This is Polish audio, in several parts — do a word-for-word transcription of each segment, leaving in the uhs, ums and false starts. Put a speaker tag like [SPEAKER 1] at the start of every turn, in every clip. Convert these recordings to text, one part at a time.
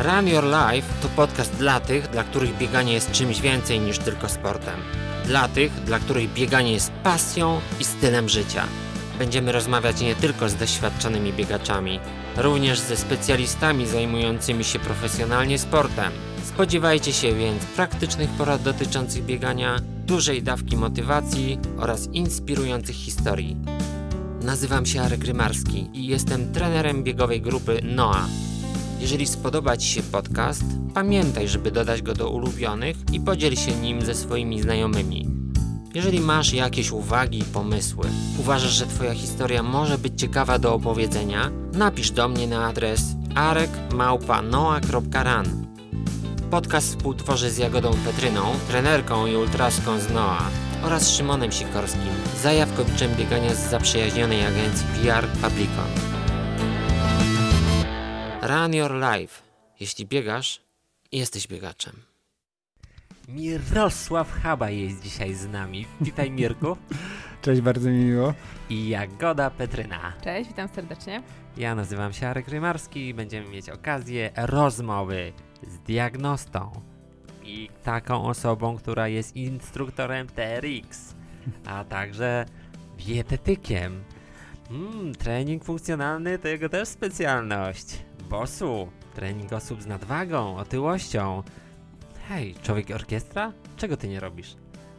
[SPEAKER 1] Run Your Life to podcast dla tych, dla których bieganie jest czymś więcej niż tylko sportem. Dla tych, dla których bieganie jest pasją i stylem życia. Będziemy rozmawiać nie tylko z doświadczonymi biegaczami, również ze specjalistami zajmującymi się profesjonalnie sportem. Spodziewajcie się więc praktycznych porad dotyczących biegania, dużej dawki motywacji oraz inspirujących historii. Nazywam się Arek Rymarski i jestem trenerem biegowej grupy N O A. Jeżeli spodoba Ci się podcast, pamiętaj, żeby dodać go do ulubionych i podziel się nim ze swoimi znajomymi. Jeżeli masz jakieś uwagi i pomysły, uważasz, że Twoja historia może być ciekawa do opowiedzenia, napisz do mnie na adres arek małpa noa kropka run. Podcast współtworzę z Jagodą Petryną, trenerką i ultraską z N O A oraz Szymonem Sikorskim, zajawkowiczem biegania z zaprzyjaźnionej agencji P R Publicon. Run Your Life. Jeśli biegasz, jesteś biegaczem. Mirosław Chaba jest dzisiaj z nami. Witaj, Mirku.
[SPEAKER 2] Cześć, bardzo mi miło.
[SPEAKER 1] I Jagoda Petryna.
[SPEAKER 3] Cześć, witam serdecznie.
[SPEAKER 1] Ja nazywam się Arek Rymarski i będziemy mieć okazję rozmowy z diagnostą i taką osobą, która jest instruktorem T R X, a także dietetykiem. Mm, trening funkcjonalny to jego też specjalność. bosu, trening osób z nadwagą, otyłością. Hej, człowiek orkiestra? Czego ty nie robisz?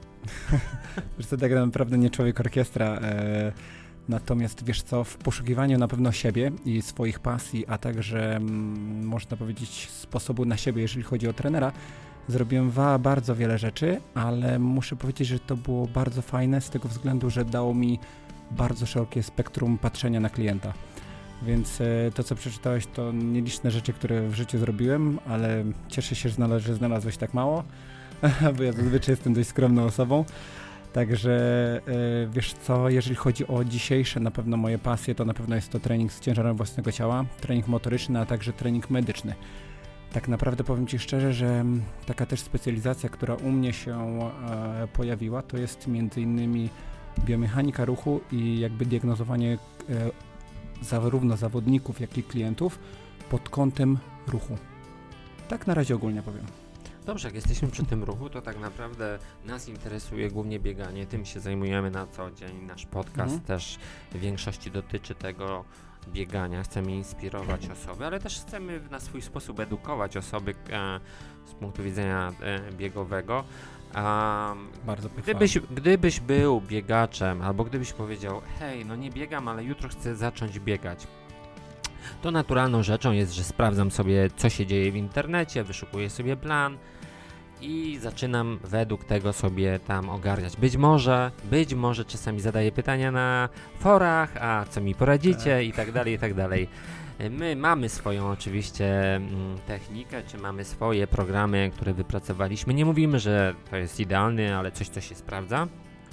[SPEAKER 2] Wiesz co, tak naprawdę nie człowiek orkiestra, e, natomiast wiesz co, w poszukiwaniu na pewno siebie i swoich pasji, a także m, można powiedzieć sposobu na siebie, jeżeli chodzi o trenera, zrobiłem wa- bardzo wiele rzeczy, ale muszę powiedzieć, że to było bardzo fajne z tego względu, że dało mi bardzo szerokie spektrum patrzenia na klienta. Więc e, to, co przeczytałeś, to nieliczne rzeczy, które w życiu zrobiłem, ale cieszę się, że, znalaz- że znalazłeś tak mało, bo ja zazwyczaj jestem dość skromną osobą. Także e, wiesz co, jeżeli chodzi o dzisiejsze na pewno moje pasje, to na pewno jest to trening z ciężarem własnego ciała, trening motoryczny, a także trening medyczny. Tak naprawdę powiem Ci szczerze, że taka też specjalizacja, która u mnie się e, pojawiła, to jest między innymi biomechanika ruchu i jakby diagnozowanie e, zarówno zawodników, jak i klientów pod kątem ruchu. Tak na razie ogólnie powiem.
[SPEAKER 1] Dobrze, jak jesteśmy przy tym ruchu, to tak naprawdę nas interesuje głównie bieganie, tym się zajmujemy na co dzień. Nasz podcast mhm. też w większości dotyczy tego biegania. Chcemy inspirować osoby, ale też chcemy na swój sposób edukować osoby e, z punktu widzenia e, biegowego. Um,
[SPEAKER 2] Bardzo
[SPEAKER 1] gdybyś, gdybyś był biegaczem, albo gdybyś powiedział, hej, no nie biegam, ale jutro chcę zacząć biegać, to naturalną rzeczą jest, że sprawdzam sobie, co się dzieje w internecie, wyszukuję sobie plan i zaczynam według tego sobie tam ogarniać. Być może, być może czasami zadaję pytania na forach, a co mi poradzicie tak. i tak dalej, i tak dalej. My mamy swoją oczywiście m, technikę, czy mamy swoje programy, które wypracowaliśmy. Nie mówimy, że to jest idealny, ale coś, co się sprawdza.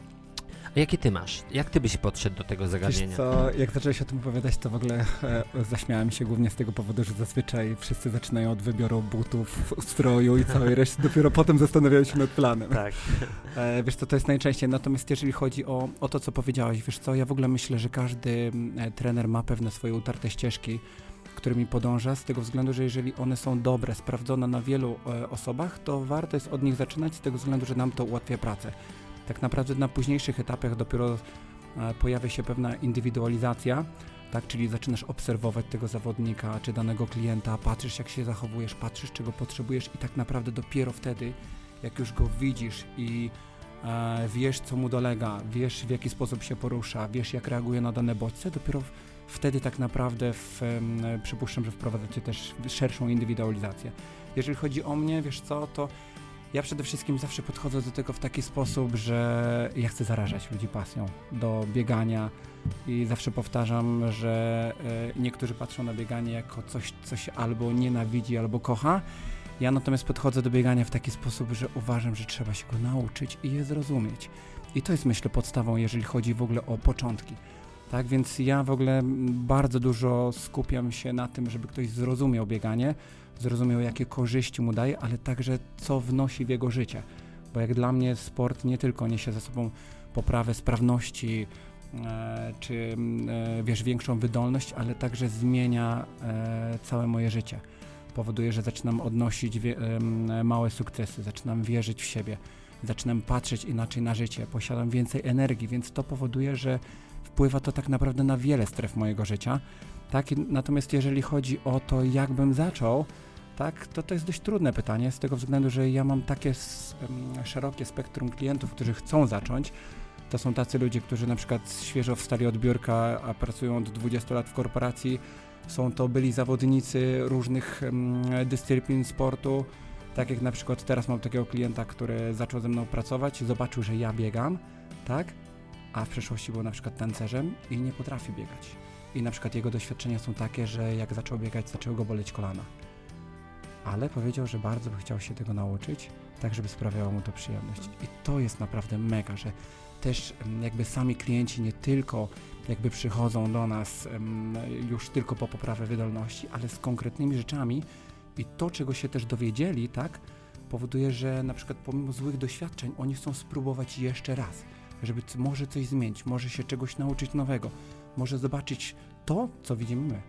[SPEAKER 1] A jakie ty masz? Jak ty byś podszedł do tego zagadnienia?
[SPEAKER 2] Wiesz co, jak zacząłeś o tym opowiadać, to w ogóle e, zaśmiałem się głównie z tego powodu, że zazwyczaj wszyscy zaczynają od wyboru butów, stroju i całej reszty, dopiero potem zastanawiają się nad planem.
[SPEAKER 1] Tak.
[SPEAKER 2] E, wiesz co, to jest najczęściej, natomiast jeżeli chodzi o, o to, co powiedziałeś, wiesz co, ja w ogóle myślę, że każdy e, trener ma pewne swoje utarte ścieżki, którymi podąża, z tego względu, że jeżeli one są dobre, sprawdzone na wielu e, osobach, to warto jest od nich zaczynać, z tego względu, że nam to ułatwia pracę. Tak naprawdę na późniejszych etapach dopiero e, pojawia się pewna indywidualizacja, tak, czyli zaczynasz obserwować tego zawodnika czy danego klienta, patrzysz jak się zachowujesz, patrzysz czego potrzebujesz i tak naprawdę dopiero wtedy, jak już go widzisz i e, wiesz co mu dolega, wiesz w jaki sposób się porusza, wiesz jak reaguje na dane bodźce, dopiero w, wtedy tak naprawdę w, e, przypuszczam, że wprowadzacie też szerszą indywidualizację. Jeżeli chodzi o mnie, wiesz co, to ja przede wszystkim zawsze podchodzę do tego w taki sposób, że ja chcę zarażać ludzi pasją do biegania i zawsze powtarzam, że y, niektórzy patrzą na bieganie jako coś, co się albo nienawidzi, albo kocha. Ja natomiast podchodzę do biegania w taki sposób, że uważam, że trzeba się go nauczyć i je zrozumieć. I to jest, myślę, podstawą, jeżeli chodzi w ogóle o początki. Tak, więc ja w ogóle bardzo dużo skupiam się na tym, żeby ktoś zrozumiał bieganie, zrozumiał, jakie korzyści mu daje, ale także co wnosi w jego życie. Bo jak dla mnie sport nie tylko niesie ze sobą poprawę sprawności, e, czy e, wiesz, większą wydolność, ale także zmienia e, całe moje życie. powoduje, że zaczynam odnosić wie, um, małe sukcesy, zaczynam wierzyć w siebie, zaczynam patrzeć inaczej na życie, posiadam więcej energii, więc to powoduje, że wpływa to tak naprawdę na wiele stref mojego życia. Tak? Natomiast jeżeli chodzi o to, jak bym zaczął, tak, to to jest dość trudne pytanie, z tego względu, że ja mam takie s, um, szerokie spektrum klientów, którzy chcą zacząć. To są tacy ludzie, którzy na przykład świeżo wstali od biurka, a pracują od dwudziestu lat w korporacji. Są to byli zawodnicy różnych um, dyscyplin sportu. Tak jak na przykład teraz mam takiego klienta, który zaczął ze mną pracować, zobaczył, że ja biegam, tak? A w przeszłości był na przykład tancerzem i nie potrafi biegać. I na przykład jego doświadczenia są takie, że jak zaczął biegać, zaczęły go boleć kolana. Ale powiedział, że bardzo by chciał się tego nauczyć, tak żeby sprawiało mu to przyjemność. I to jest naprawdę mega, że też jakby sami klienci nie tylko jakby przychodzą do nas um, już tylko po poprawę wydolności, ale z konkretnymi rzeczami i to, czego się też dowiedzieli, tak, powoduje, że na przykład pomimo złych doświadczeń oni chcą spróbować jeszcze raz, żeby c- może coś zmienić, może się czegoś nauczyć nowego, może zobaczyć to, co widzimy my.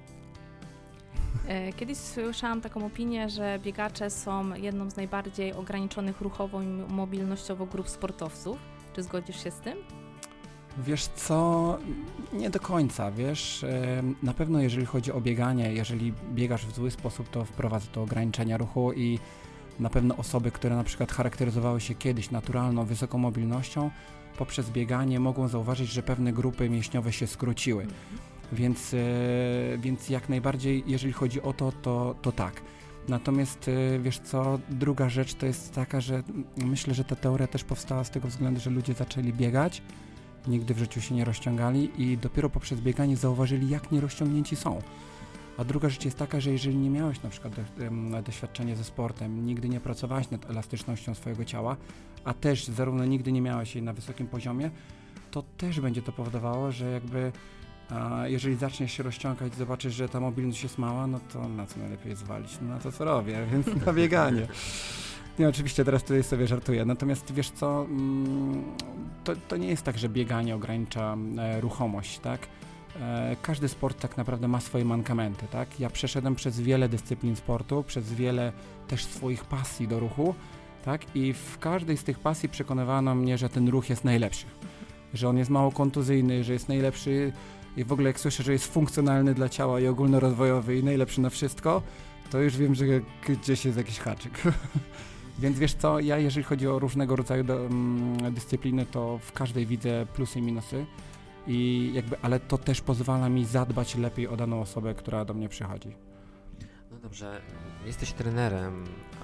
[SPEAKER 3] Kiedyś słyszałam taką opinię, że biegacze są jedną z najbardziej ograniczonych ruchowo i mobilnościowo grup sportowców. Czy zgodzisz się z tym?
[SPEAKER 2] Wiesz co, nie do końca, wiesz, na pewno jeżeli chodzi o bieganie, jeżeli biegasz w zły sposób, to wprowadza to ograniczenia ruchu i na pewno osoby, które na przykład charakteryzowały się kiedyś naturalną, wysoką mobilnością, poprzez bieganie mogą zauważyć, że pewne grupy mięśniowe się skróciły. Mhm. Więc, więc jak najbardziej, jeżeli chodzi o to, to, to tak. Natomiast wiesz co, druga rzecz to jest taka, że myślę, że ta teoria też powstała z tego względu, że ludzie zaczęli biegać, nigdy w życiu się nie rozciągali i dopiero poprzez bieganie zauważyli, jak nierozciągnięci są. A druga rzecz jest taka, że jeżeli nie miałeś na przykład do, doświadczenia ze sportem, nigdy nie pracowałeś nad elastycznością swojego ciała, a też zarówno nigdy nie miałeś jej na wysokim poziomie, to też będzie to powodowało, że jakby a jeżeli zaczniesz się rozciągać, zobaczysz, że ta mobilność jest mała, no to na co najlepiej zwalić? No na to, co robię, więc na bieganie. Nie, oczywiście teraz tutaj sobie żartuję, natomiast wiesz co, to, to nie jest tak, że bieganie ogranicza e, ruchomość, tak? E, każdy sport tak naprawdę ma swoje mankamenty, tak? Ja przeszedłem przez wiele dyscyplin sportu, przez wiele też swoich pasji do ruchu, tak? I w każdej z tych pasji przekonywano mnie, że ten ruch jest najlepszy, że on jest mało kontuzyjny, że jest najlepszy i w ogóle jak słyszę, że jest funkcjonalny dla ciała i ogólnorozwojowy i najlepszy na wszystko, to już wiem, że gdzieś jest jakiś haczyk. Więc wiesz co, ja jeżeli chodzi o różnego rodzaju do, um, dyscypliny, to w każdej widzę plusy i minusy, i jakby, ale to też pozwala mi zadbać lepiej o daną osobę, która do mnie przychodzi.
[SPEAKER 1] No dobrze, jesteś trenerem,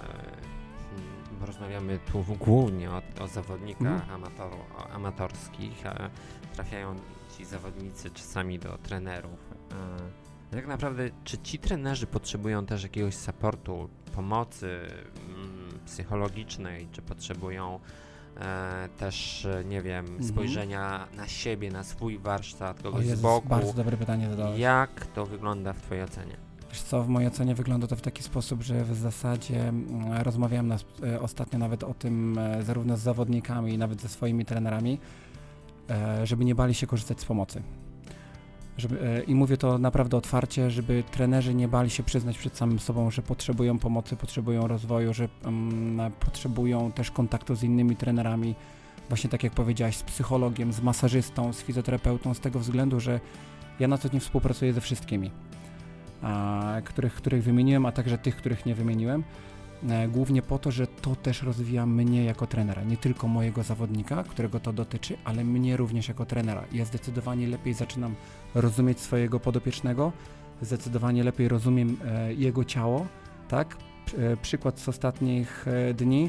[SPEAKER 1] bo rozmawiamy tu głównie o, o zawodnikach mm. amator, o amatorskich, a trafiają ci zawodnicy czasami do trenerów. A tak naprawdę, czy ci trenerzy potrzebują też jakiegoś supportu, pomocy mm, psychologicznej, czy potrzebują e, też, nie wiem, mm-hmm. spojrzenia na siebie, na swój warsztat, kogoś
[SPEAKER 2] o Jezus,
[SPEAKER 1] z boku?
[SPEAKER 2] Bardzo dobre pytanie zadałeś.
[SPEAKER 1] Jak to wygląda w twojej ocenie?
[SPEAKER 2] Wiesz co, w mojej ocenie wygląda to w taki sposób, że w zasadzie e, rozmawiałem nas, e, ostatnio nawet o tym e, zarówno z zawodnikami, i nawet ze swoimi trenerami, e, żeby nie bali się korzystać z pomocy. Żeby, e, I mówię to naprawdę otwarcie, żeby trenerzy nie bali się przyznać przed samym sobą, że potrzebują pomocy, potrzebują rozwoju, że um, potrzebują też kontaktu z innymi trenerami, właśnie tak jak powiedziałaś, z psychologiem, z masażystą, z fizjoterapeutą, z tego względu, że ja na co dzień współpracuję ze wszystkimi, a, których, których wymieniłem, a także tych, których nie wymieniłem, e, głównie po to, że to też rozwija mnie jako trenera, nie tylko mojego zawodnika, którego to dotyczy, ale mnie również jako trenera. Ja zdecydowanie lepiej zaczynam rozumieć swojego podopiecznego, zdecydowanie lepiej rozumiem e, jego ciało, tak? E, przykład z ostatnich e, dni.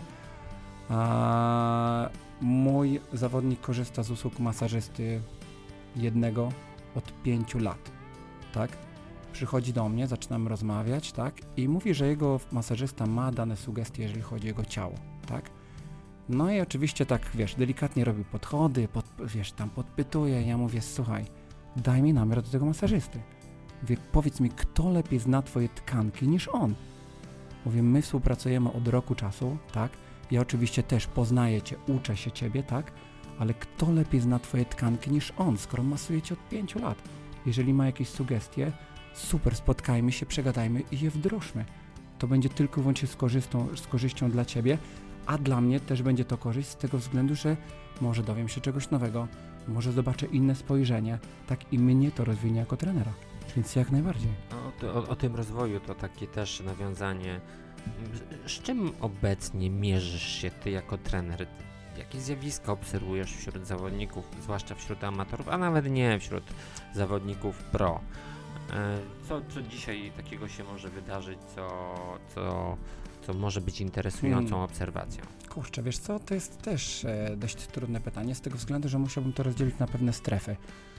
[SPEAKER 2] A, mój zawodnik korzysta z usług masażysty jednego od pięciu lat, tak? Przychodzi do mnie, zaczynamy rozmawiać, tak? I mówi, że jego masażysta ma dane sugestie, jeżeli chodzi o jego ciało, tak? No i oczywiście tak, wiesz, delikatnie robi podchody, pod, wiesz, tam podpytuje. Ja mówię, słuchaj, daj mi namiar do tego masażysty. Mówię, powiedz mi, kto lepiej zna twoje tkanki niż on? Mówię, my współpracujemy od roku czasu, tak? Ja oczywiście też poznaję cię, uczę się ciebie, tak? Ale kto lepiej zna twoje tkanki niż on, skoro masuje cię od pięciu lat? Jeżeli ma jakieś sugestie, super, spotkajmy się, przegadajmy i je wdrożmy. to będzie tylko i wyłącznie z, korzystą, z korzyścią dla ciebie, a dla mnie też będzie to korzyść z tego względu, że może dowiem się czegoś nowego, może zobaczę inne spojrzenie, tak i mnie to rozwinie jako trenera, więc jak najbardziej.
[SPEAKER 1] O, o, o tym rozwoju to takie też nawiązanie. Z czym obecnie mierzysz się ty jako trener? Jakie zjawiska obserwujesz wśród zawodników, zwłaszcza wśród amatorów, a nawet nie wśród zawodników pro? Co, co dzisiaj takiego się może wydarzyć, co, co, co może być interesującą hmm. obserwacją?
[SPEAKER 2] Kurczę, wiesz co, to jest też e, dość trudne pytanie, z tego względu, że musiałbym to rozdzielić na pewne strefy.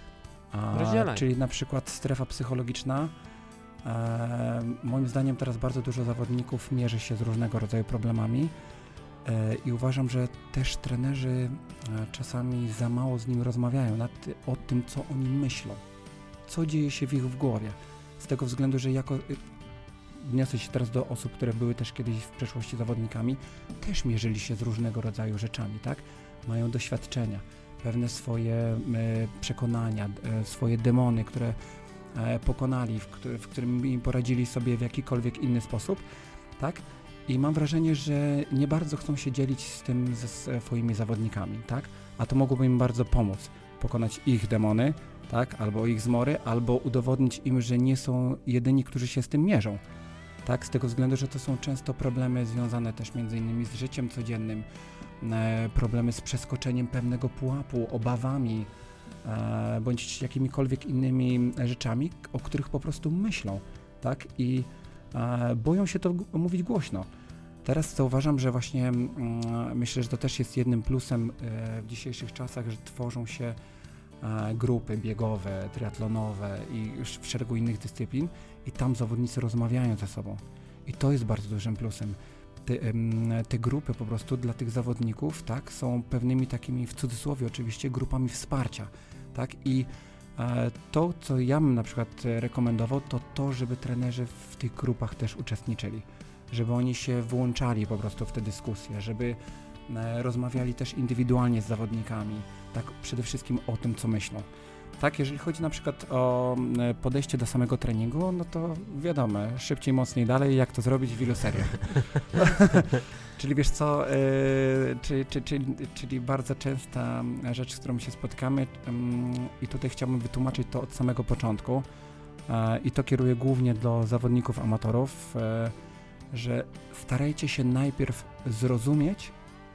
[SPEAKER 2] A, czyli na przykład strefa psychologiczna. E, moim zdaniem teraz bardzo dużo zawodników mierzy się z różnego rodzaju problemami e, i uważam, że też trenerzy e, czasami za mało z nim rozmawiają nad, o tym, co oni myślą, co dzieje się w ich w głowie. Z tego względu, że jako odniosę się teraz do osób, które były też kiedyś w przeszłości zawodnikami, też mierzyli się z różnego rodzaju rzeczami, tak? Mają doświadczenia, pewne swoje e, przekonania, e, swoje demony, które e, pokonali, w, który, w którym im poradzili sobie w jakikolwiek inny sposób, tak? I mam wrażenie, że nie bardzo chcą się dzielić z tym ze swoimi zawodnikami, tak? A to mogłoby im bardzo pomóc, pokonać ich demony, tak? Albo ich zmory, albo udowodnić im, że nie są jedyni, którzy się z tym mierzą. Tak, z tego względu, że to są często problemy związane też między innymi z życiem codziennym, e, problemy z przeskoczeniem pewnego pułapu, obawami, e, bądź jakimikolwiek innymi rzeczami, o których po prostu myślą, tak, i e, boją się to g- mówić głośno. Teraz zauważam, że właśnie mm, myślę, że to też jest jednym plusem e, w dzisiejszych czasach, że tworzą się e, grupy biegowe, triatlonowe i już w szeregu innych dyscyplin i tam zawodnicy rozmawiają ze sobą. I to jest bardzo dużym plusem. Te, em, te grupy po prostu dla tych zawodników, tak, są pewnymi takimi, w cudzysłowie oczywiście, grupami wsparcia, tak, i e, to, co ja bym na przykład rekomendował, to to, żeby trenerzy w tych grupach też uczestniczyli, żeby oni się włączali po prostu w te dyskusje, żeby e, rozmawiali też indywidualnie z zawodnikami, tak, przede wszystkim o tym, co myślą. Tak, jeżeli chodzi na przykład o e, podejście do samego treningu, no to wiadomo, szybciej, mocniej, dalej, jak to zrobić w ilu seriach. Czyli wiesz co, e, czy, czy, czy, czyli bardzo częsta rzecz, z którą się spotykamy um, i tutaj chciałbym wytłumaczyć to od samego początku e, i to kieruję głównie do zawodników amatorów, e, że starajcie się najpierw zrozumieć,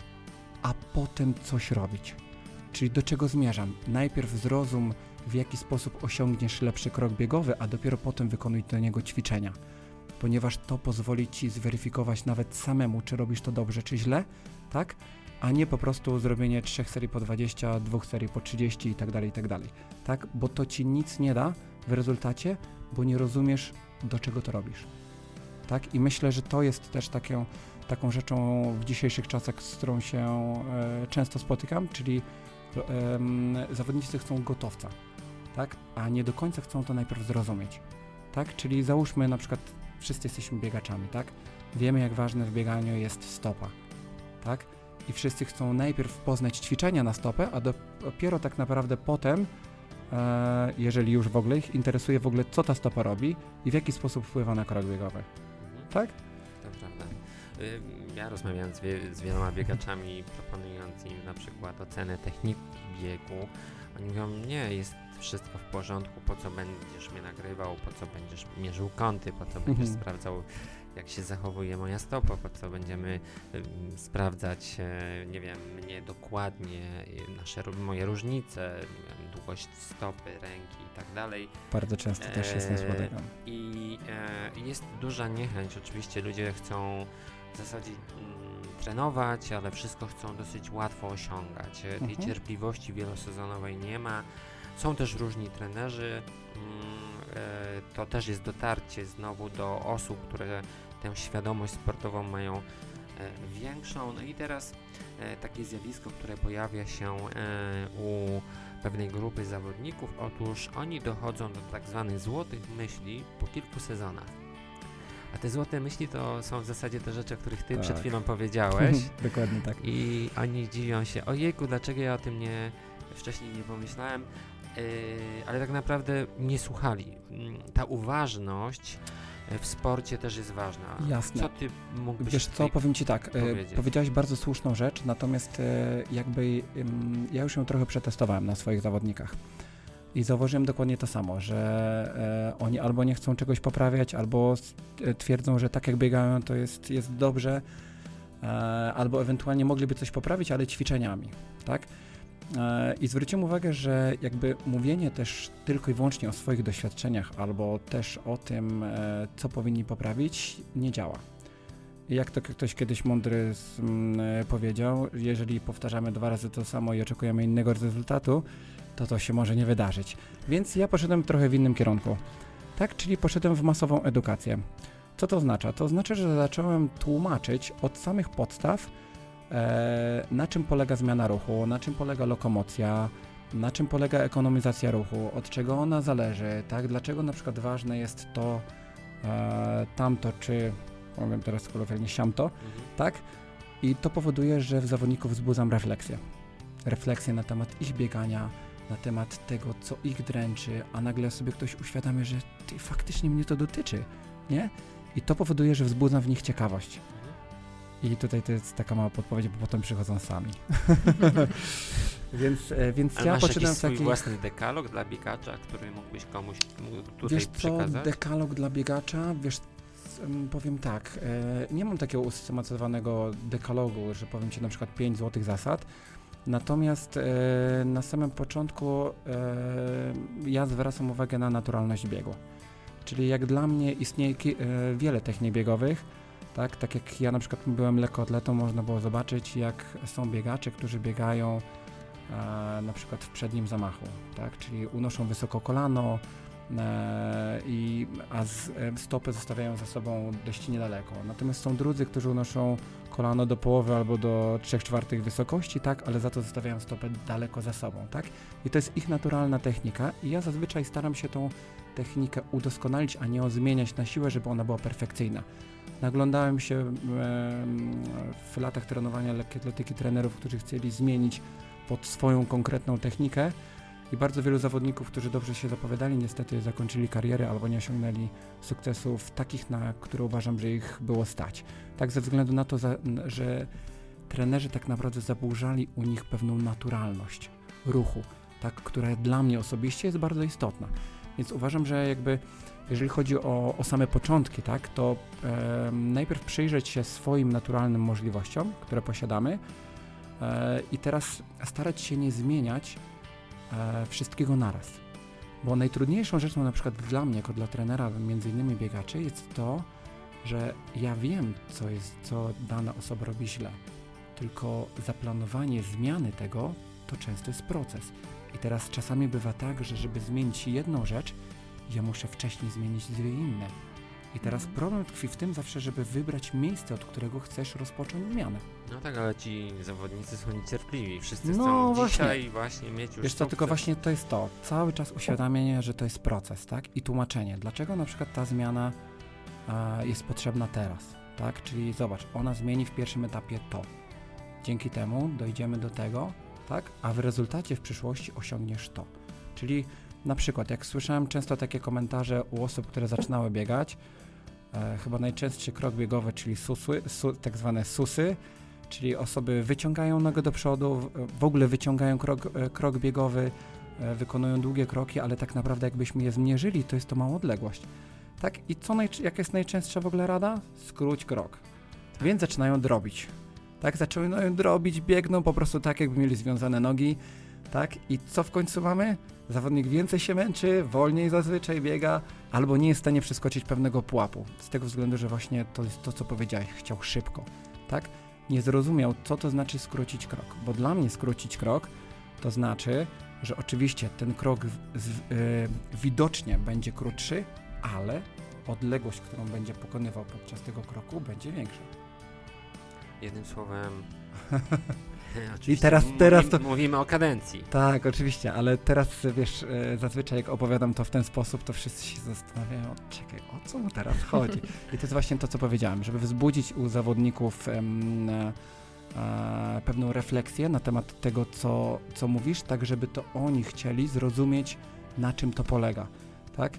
[SPEAKER 2] a potem coś robić. Czyli do czego zmierzam? Najpierw zrozum, w jaki sposób osiągniesz lepszy krok biegowy, a dopiero potem wykonuj do niego ćwiczenia. Ponieważ to pozwoli ci zweryfikować nawet samemu, czy robisz to dobrze, czy źle, tak? A nie po prostu zrobienie trzech serii po dwadzieścia, dwóch serii po trzydzieści i tak dalej, i tak dalej. Tak? Bo to ci nic nie da w rezultacie, bo nie rozumiesz, do czego to robisz. Tak? I myślę, że to jest też taką, taką rzeczą w dzisiejszych czasach, z którą się e, często spotykam, czyli e, zawodnicy chcą gotowca, tak? A nie do końca chcą to najpierw zrozumieć. Tak? Czyli załóżmy na przykład, wszyscy jesteśmy biegaczami, tak? Wiemy, jak ważne w bieganiu jest stopa, tak? I wszyscy chcą najpierw poznać ćwiczenia na stopę, a dopiero tak naprawdę potem, e, jeżeli już w ogóle ich interesuje w ogóle, co ta stopa robi i w jaki sposób wpływa na krok biegowy. Mhm. Tak?
[SPEAKER 1] To prawda. Ja rozmawiam z, wie, z wieloma biegaczami, proponując im na przykład ocenę techniki biegu. Oni mówią, nie, jest wszystko w porządku, po co będziesz mnie nagrywał, po co będziesz mierzył kąty, po co będziesz mhm. sprawdzał, jak się zachowuje moja stopa, po co będziemy um, sprawdzać, e, nie wiem, mnie dokładnie, nasze, moje różnice, wiem, długość stopy, ręki i tak dalej.
[SPEAKER 2] Bardzo często e, też się z tym spotykam.
[SPEAKER 1] I e, jest duża niechęć, oczywiście ludzie chcą w zasadzie mm, trenować, ale wszystko chcą dosyć łatwo osiągać. Tej mhm. cierpliwości wielosezonowej nie ma. Są też różni trenerzy, to też jest dotarcie znowu do osób, które tę świadomość sportową mają większą. No i teraz takie zjawisko, które pojawia się u pewnej grupy zawodników, otóż oni dochodzą do tak zwanych złotych myśli po kilku sezonach. A te złote myśli to są w zasadzie te rzeczy, o których ty tak. przed chwilą powiedziałeś.
[SPEAKER 2] Dokładnie tak.
[SPEAKER 1] I oni dziwią się, ojejku, dlaczego ja o tym nie wcześniej nie pomyślałem. Yy, ale tak naprawdę nie słuchali. Ta uważność w sporcie też jest ważna.
[SPEAKER 2] Jasne.
[SPEAKER 1] Co ty mógłbyś
[SPEAKER 2] Wiesz co,
[SPEAKER 1] tutaj
[SPEAKER 2] powiem Ci tak, e,
[SPEAKER 1] powiedzieć?
[SPEAKER 2] powiedziałeś bardzo słuszną rzecz, natomiast e, jakby ym, ja już ją trochę przetestowałem na swoich zawodnikach i zauważyłem dokładnie to samo, że e, oni albo nie chcą czegoś poprawiać, albo s- e, twierdzą, że tak jak biegają to jest, jest dobrze, e, albo ewentualnie mogliby coś poprawić, ale ćwiczeniami, tak? E, I zwróciłem uwagę, że jakby mówienie też tylko i wyłącznie o swoich doświadczeniach albo też o tym, e, co powinni poprawić, nie działa. I jak to ktoś kiedyś mądry s- m, e, powiedział, jeżeli powtarzamy dwa razy to samo i oczekujemy innego rezultatu, to to się może nie wydarzyć. Więc ja poszedłem trochę w innym kierunku. Tak, czyli poszedłem w masową edukację. Co to oznacza? To oznacza, że zacząłem tłumaczyć od samych podstaw, e, na czym polega zmiana ruchu, na czym polega lokomocja, na czym polega ekonomizacja ruchu, od czego ona zależy, tak? Dlaczego na przykład ważne jest to, e, tamto, czy powiem teraz kolokwialnie siamto,
[SPEAKER 1] Mhm.
[SPEAKER 2] tak? I to powoduje, że w zawodników wzbudzam refleksję. Refleksję na temat ich biegania, na temat tego, co ich dręczy, a nagle sobie ktoś uświadamia, że ty, faktycznie mnie to dotyczy, nie? I to powoduje, że wzbudzam w nich ciekawość. I tutaj to jest taka mała podpowiedź, bo potem przychodzą sami. więc e, więc
[SPEAKER 1] A
[SPEAKER 2] ja
[SPEAKER 1] masz
[SPEAKER 2] poszedłem
[SPEAKER 1] jakiś
[SPEAKER 2] w
[SPEAKER 1] swój
[SPEAKER 2] taki...
[SPEAKER 1] własny dekalog dla biegacza, który mógłbyś komuś mógł tutaj
[SPEAKER 2] Wiesz co,
[SPEAKER 1] przekazać?
[SPEAKER 2] dekalog dla biegacza, wiesz, s- m, powiem tak, e, nie mam takiego usystematyzowanego dekalogu, że powiem Ci na przykład pięć złotych zasad, natomiast e, na samym początku e, ja zwracam uwagę na naturalność biegu. Czyli jak dla mnie istnieje ki- e, wiele technik biegowych, tak, tak jak ja na przykład byłem lekkoatletą, można było zobaczyć, jak są biegacze, którzy biegają e, na przykład w przednim zamachu, tak, czyli unoszą wysoko kolano, e, i, a z, e, stopę zostawiają za sobą dość niedaleko. Natomiast są drudzy, którzy unoszą kolano do połowy albo do trzech czwartych wysokości, tak, ale za to zostawiają stopę daleko za sobą, tak. I to jest ich naturalna technika i ja zazwyczaj staram się tą technikę udoskonalić, a nie ją zmieniać na siłę, żeby ona była perfekcyjna. Naglądałem się em, w latach trenowania lekkiej atletyki trenerów, którzy chcieli zmienić pod swoją konkretną technikę i bardzo wielu zawodników, którzy dobrze się zapowiadali, niestety zakończyli karierę albo nie osiągnęli sukcesów takich, na które uważam, że ich było stać. Tak ze względu na to, za, n- że trenerzy tak naprawdę zaburzali u nich pewną naturalność ruchu, tak, która dla mnie osobiście jest bardzo istotna. Więc uważam, że jakby jeżeli chodzi o, o same początki, tak, to e, najpierw przyjrzeć się swoim naturalnym możliwościom, które posiadamy e, i teraz starać się nie zmieniać e, wszystkiego naraz. Bo najtrudniejszą rzeczą na przykład dla mnie, jako dla trenera, między innymi biegaczy, jest to, że ja wiem, co jest, co dana osoba robi źle. Tylko zaplanowanie zmiany tego, to często jest proces. I teraz czasami bywa tak, że żeby zmienić jedną rzecz, ja muszę wcześniej zmienić dwie inne. I teraz
[SPEAKER 3] Mhm.
[SPEAKER 2] problem tkwi w tym zawsze, żeby wybrać miejsce, od którego chcesz rozpocząć zmianę.
[SPEAKER 1] No tak, ale ci zawodnicy są niecierpliwi. Wszyscy
[SPEAKER 2] No
[SPEAKER 1] chcą
[SPEAKER 2] właśnie.
[SPEAKER 1] dzisiaj właśnie mieć już
[SPEAKER 2] Wiesz co, tylko
[SPEAKER 1] sukces.
[SPEAKER 2] właśnie to jest to. Cały czas uświadamianie, że to jest proces, tak? I tłumaczenie. Dlaczego na przykład ta zmiana e, jest potrzebna teraz, tak? Czyli zobacz, ona zmieni w pierwszym etapie to. Dzięki temu dojdziemy do tego, tak? A w rezultacie w przyszłości osiągniesz to. Czyli na przykład, jak słyszałem często takie komentarze u osób, które zaczynały biegać, e, chyba najczęstszy krok biegowy, czyli susy, su, tak zwane susy, czyli osoby wyciągają nogę do przodu, w- w ogóle wyciągają krok, e, krok biegowy, e, wykonują długie kroki, ale tak naprawdę jakbyśmy je zmierzyli, to jest to mała odległość. Tak? I co najcz- jaka jest najczęstsza w ogóle rada? Skróć krok. Więc zaczynają drobić. Tak? Zaczynają drobić, biegną po prostu tak, jakby mieli związane nogi. Tak? I co w końcu mamy? Zawodnik więcej się męczy, wolniej zazwyczaj biega, albo nie jest w stanie przeskoczyć pewnego pułapu. Z tego względu, że właśnie to jest to, co powiedziałeś, chciał szybko. Tak? Nie zrozumiał, co to znaczy skrócić krok. Bo dla mnie skrócić krok to znaczy, że oczywiście ten krok w, z, yy, widocznie będzie krótszy, ale odległość, którą będzie pokonywał podczas tego kroku, będzie większa.
[SPEAKER 1] Jednym słowem...
[SPEAKER 2] I teraz- teraz to-
[SPEAKER 1] Mówimy o kadencji.
[SPEAKER 2] Tak, oczywiście, ale teraz wiesz, e, zazwyczaj jak opowiadam to w ten sposób, to wszyscy się zastanawiają, czekaj, o co mu teraz chodzi? I to jest właśnie to, co powiedziałem, żeby wzbudzić u zawodników em, e, e, pewną refleksję na temat tego, co, co mówisz, tak żeby to oni chcieli zrozumieć, na czym to polega, tak?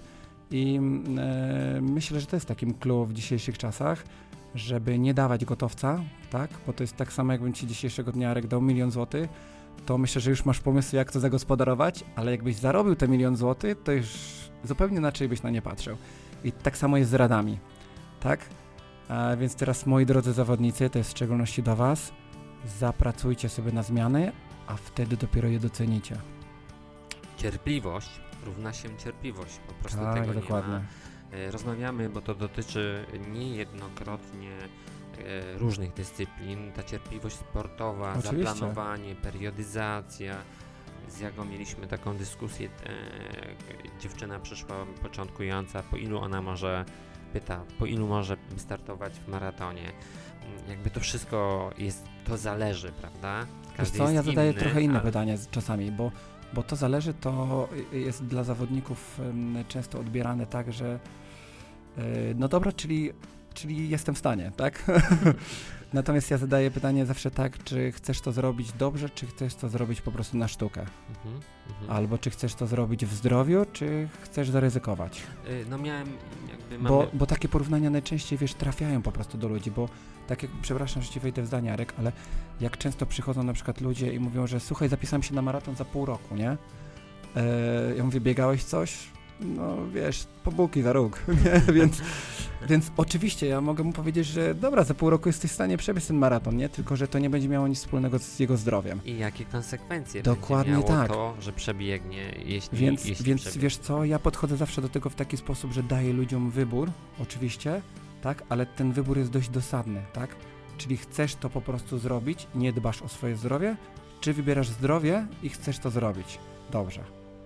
[SPEAKER 2] I e, myślę, że to jest takim clue w dzisiejszych czasach, żeby nie dawać gotowca, tak? Bo to jest tak samo, jakbym ci dzisiejszego dnia, Arek, dał milion złotych, to myślę, że już masz pomysł, jak to zagospodarować, ale jakbyś zarobił te milion złotych, to już zupełnie inaczej byś na nie patrzył. I tak samo jest z radami, tak? A więc teraz, moi drodzy zawodnicy, to jest w szczególności do was, zapracujcie sobie na zmiany, a wtedy dopiero je docenicie.
[SPEAKER 1] Cierpliwość równa się cierpliwość, po prostu
[SPEAKER 2] Tak,
[SPEAKER 1] tego
[SPEAKER 2] dokładnie.
[SPEAKER 1] nie ma. Rozmawiamy, bo to dotyczy niejednokrotnie różnych dyscyplin. Ta cierpliwość sportowa,
[SPEAKER 2] Oczywiście.
[SPEAKER 1] zaplanowanie, periodyzacja. Z Jagą mieliśmy taką dyskusję, e, dziewczyna przyszła początkująca, po ilu ona może, pyta, po ilu może startować w maratonie. Jakby to wszystko jest, to zależy, prawda?
[SPEAKER 2] Wiesz co, ja zadaję
[SPEAKER 1] inny,
[SPEAKER 2] trochę inne
[SPEAKER 1] ale...
[SPEAKER 2] pytanie z- czasami, bo, bo to zależy, to jest dla zawodników em, często odbierane tak, że e, no dobra, czyli, czyli jestem w stanie, tak? Natomiast ja zadaję pytanie zawsze tak, czy chcesz to zrobić dobrze, czy chcesz to zrobić po prostu na sztukę?
[SPEAKER 1] Mhm, mhm.
[SPEAKER 2] Albo czy chcesz to zrobić w zdrowiu, czy chcesz zaryzykować?
[SPEAKER 1] Y, No miałem jakby
[SPEAKER 2] Bo,
[SPEAKER 1] mamy...
[SPEAKER 2] bo takie porównania najczęściej, wiesz, trafiają po prostu do ludzi, bo tak jak, przepraszam, że ci wejdę w zdanie, Arek, ale jak często przychodzą na przykład ludzie i mówią, że słuchaj, zapisałem się na maraton za pół roku, nie? E, ja mówię, biegałeś coś? No wiesz, po bułki za róg, nie? Więc, więc oczywiście ja mogę mu powiedzieć, że dobra, za pół roku jesteś w stanie przebiec ten maraton, nie? Tylko że to nie będzie miało nic wspólnego z jego zdrowiem.
[SPEAKER 1] I jakie konsekwencje
[SPEAKER 2] Dokładnie
[SPEAKER 1] będzie miało
[SPEAKER 2] tak.
[SPEAKER 1] to, że przebiegnie, jeśli,
[SPEAKER 2] Więc,
[SPEAKER 1] jeśli
[SPEAKER 2] więc
[SPEAKER 1] przebiegnie.
[SPEAKER 2] wiesz co, ja podchodzę zawsze do tego w taki sposób, że daję ludziom wybór, oczywiście, tak, ale ten wybór jest dość dosadny, tak? Czyli chcesz to po prostu zrobić, nie dbasz o swoje zdrowie, czy wybierasz zdrowie i chcesz to zrobić dobrze.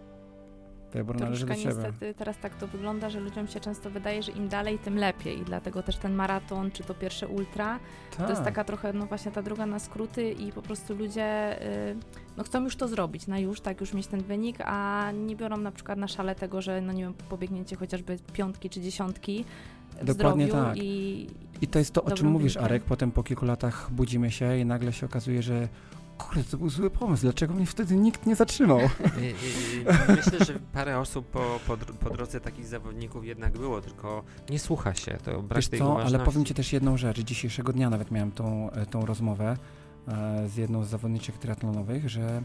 [SPEAKER 2] Wybór należy do
[SPEAKER 3] Troszkę
[SPEAKER 2] ciebie.
[SPEAKER 3] niestety teraz tak to wygląda, że ludziom się często wydaje, że im dalej, tym lepiej. I dlatego też ten maraton, czy to pierwsze ultra,
[SPEAKER 2] Tak.
[SPEAKER 3] to jest taka trochę, no właśnie ta droga na skróty i po prostu ludzie y, no chcą już to zrobić, na już, tak, już mieć ten wynik, a nie biorą na przykład na szale tego, że no nie wiem, pobiegnięcie chociażby piątki czy dziesiątki w
[SPEAKER 2] Dokładnie
[SPEAKER 3] zdrowiu
[SPEAKER 2] tak.
[SPEAKER 3] i
[SPEAKER 2] I to jest to, o czym
[SPEAKER 3] dobrym
[SPEAKER 2] mówisz,
[SPEAKER 3] wynikiem.
[SPEAKER 2] Arek. Potem po kilku latach budzimy się i nagle się okazuje, że kurde, to był zły pomysł, dlaczego mnie wtedy nikt nie zatrzymał?
[SPEAKER 1] Y, y, y, Myślę, że parę osób po, po, dr- po drodze takich zawodników jednak było, tylko nie słucha się, to brak
[SPEAKER 2] Wiesz
[SPEAKER 1] tej
[SPEAKER 2] co,
[SPEAKER 1] uważności.
[SPEAKER 2] ale powiem ci też jedną rzecz. Dzisiejszego dnia nawet miałem tą, e, tą rozmowę e, z jedną z zawodniczek triatlonowych, że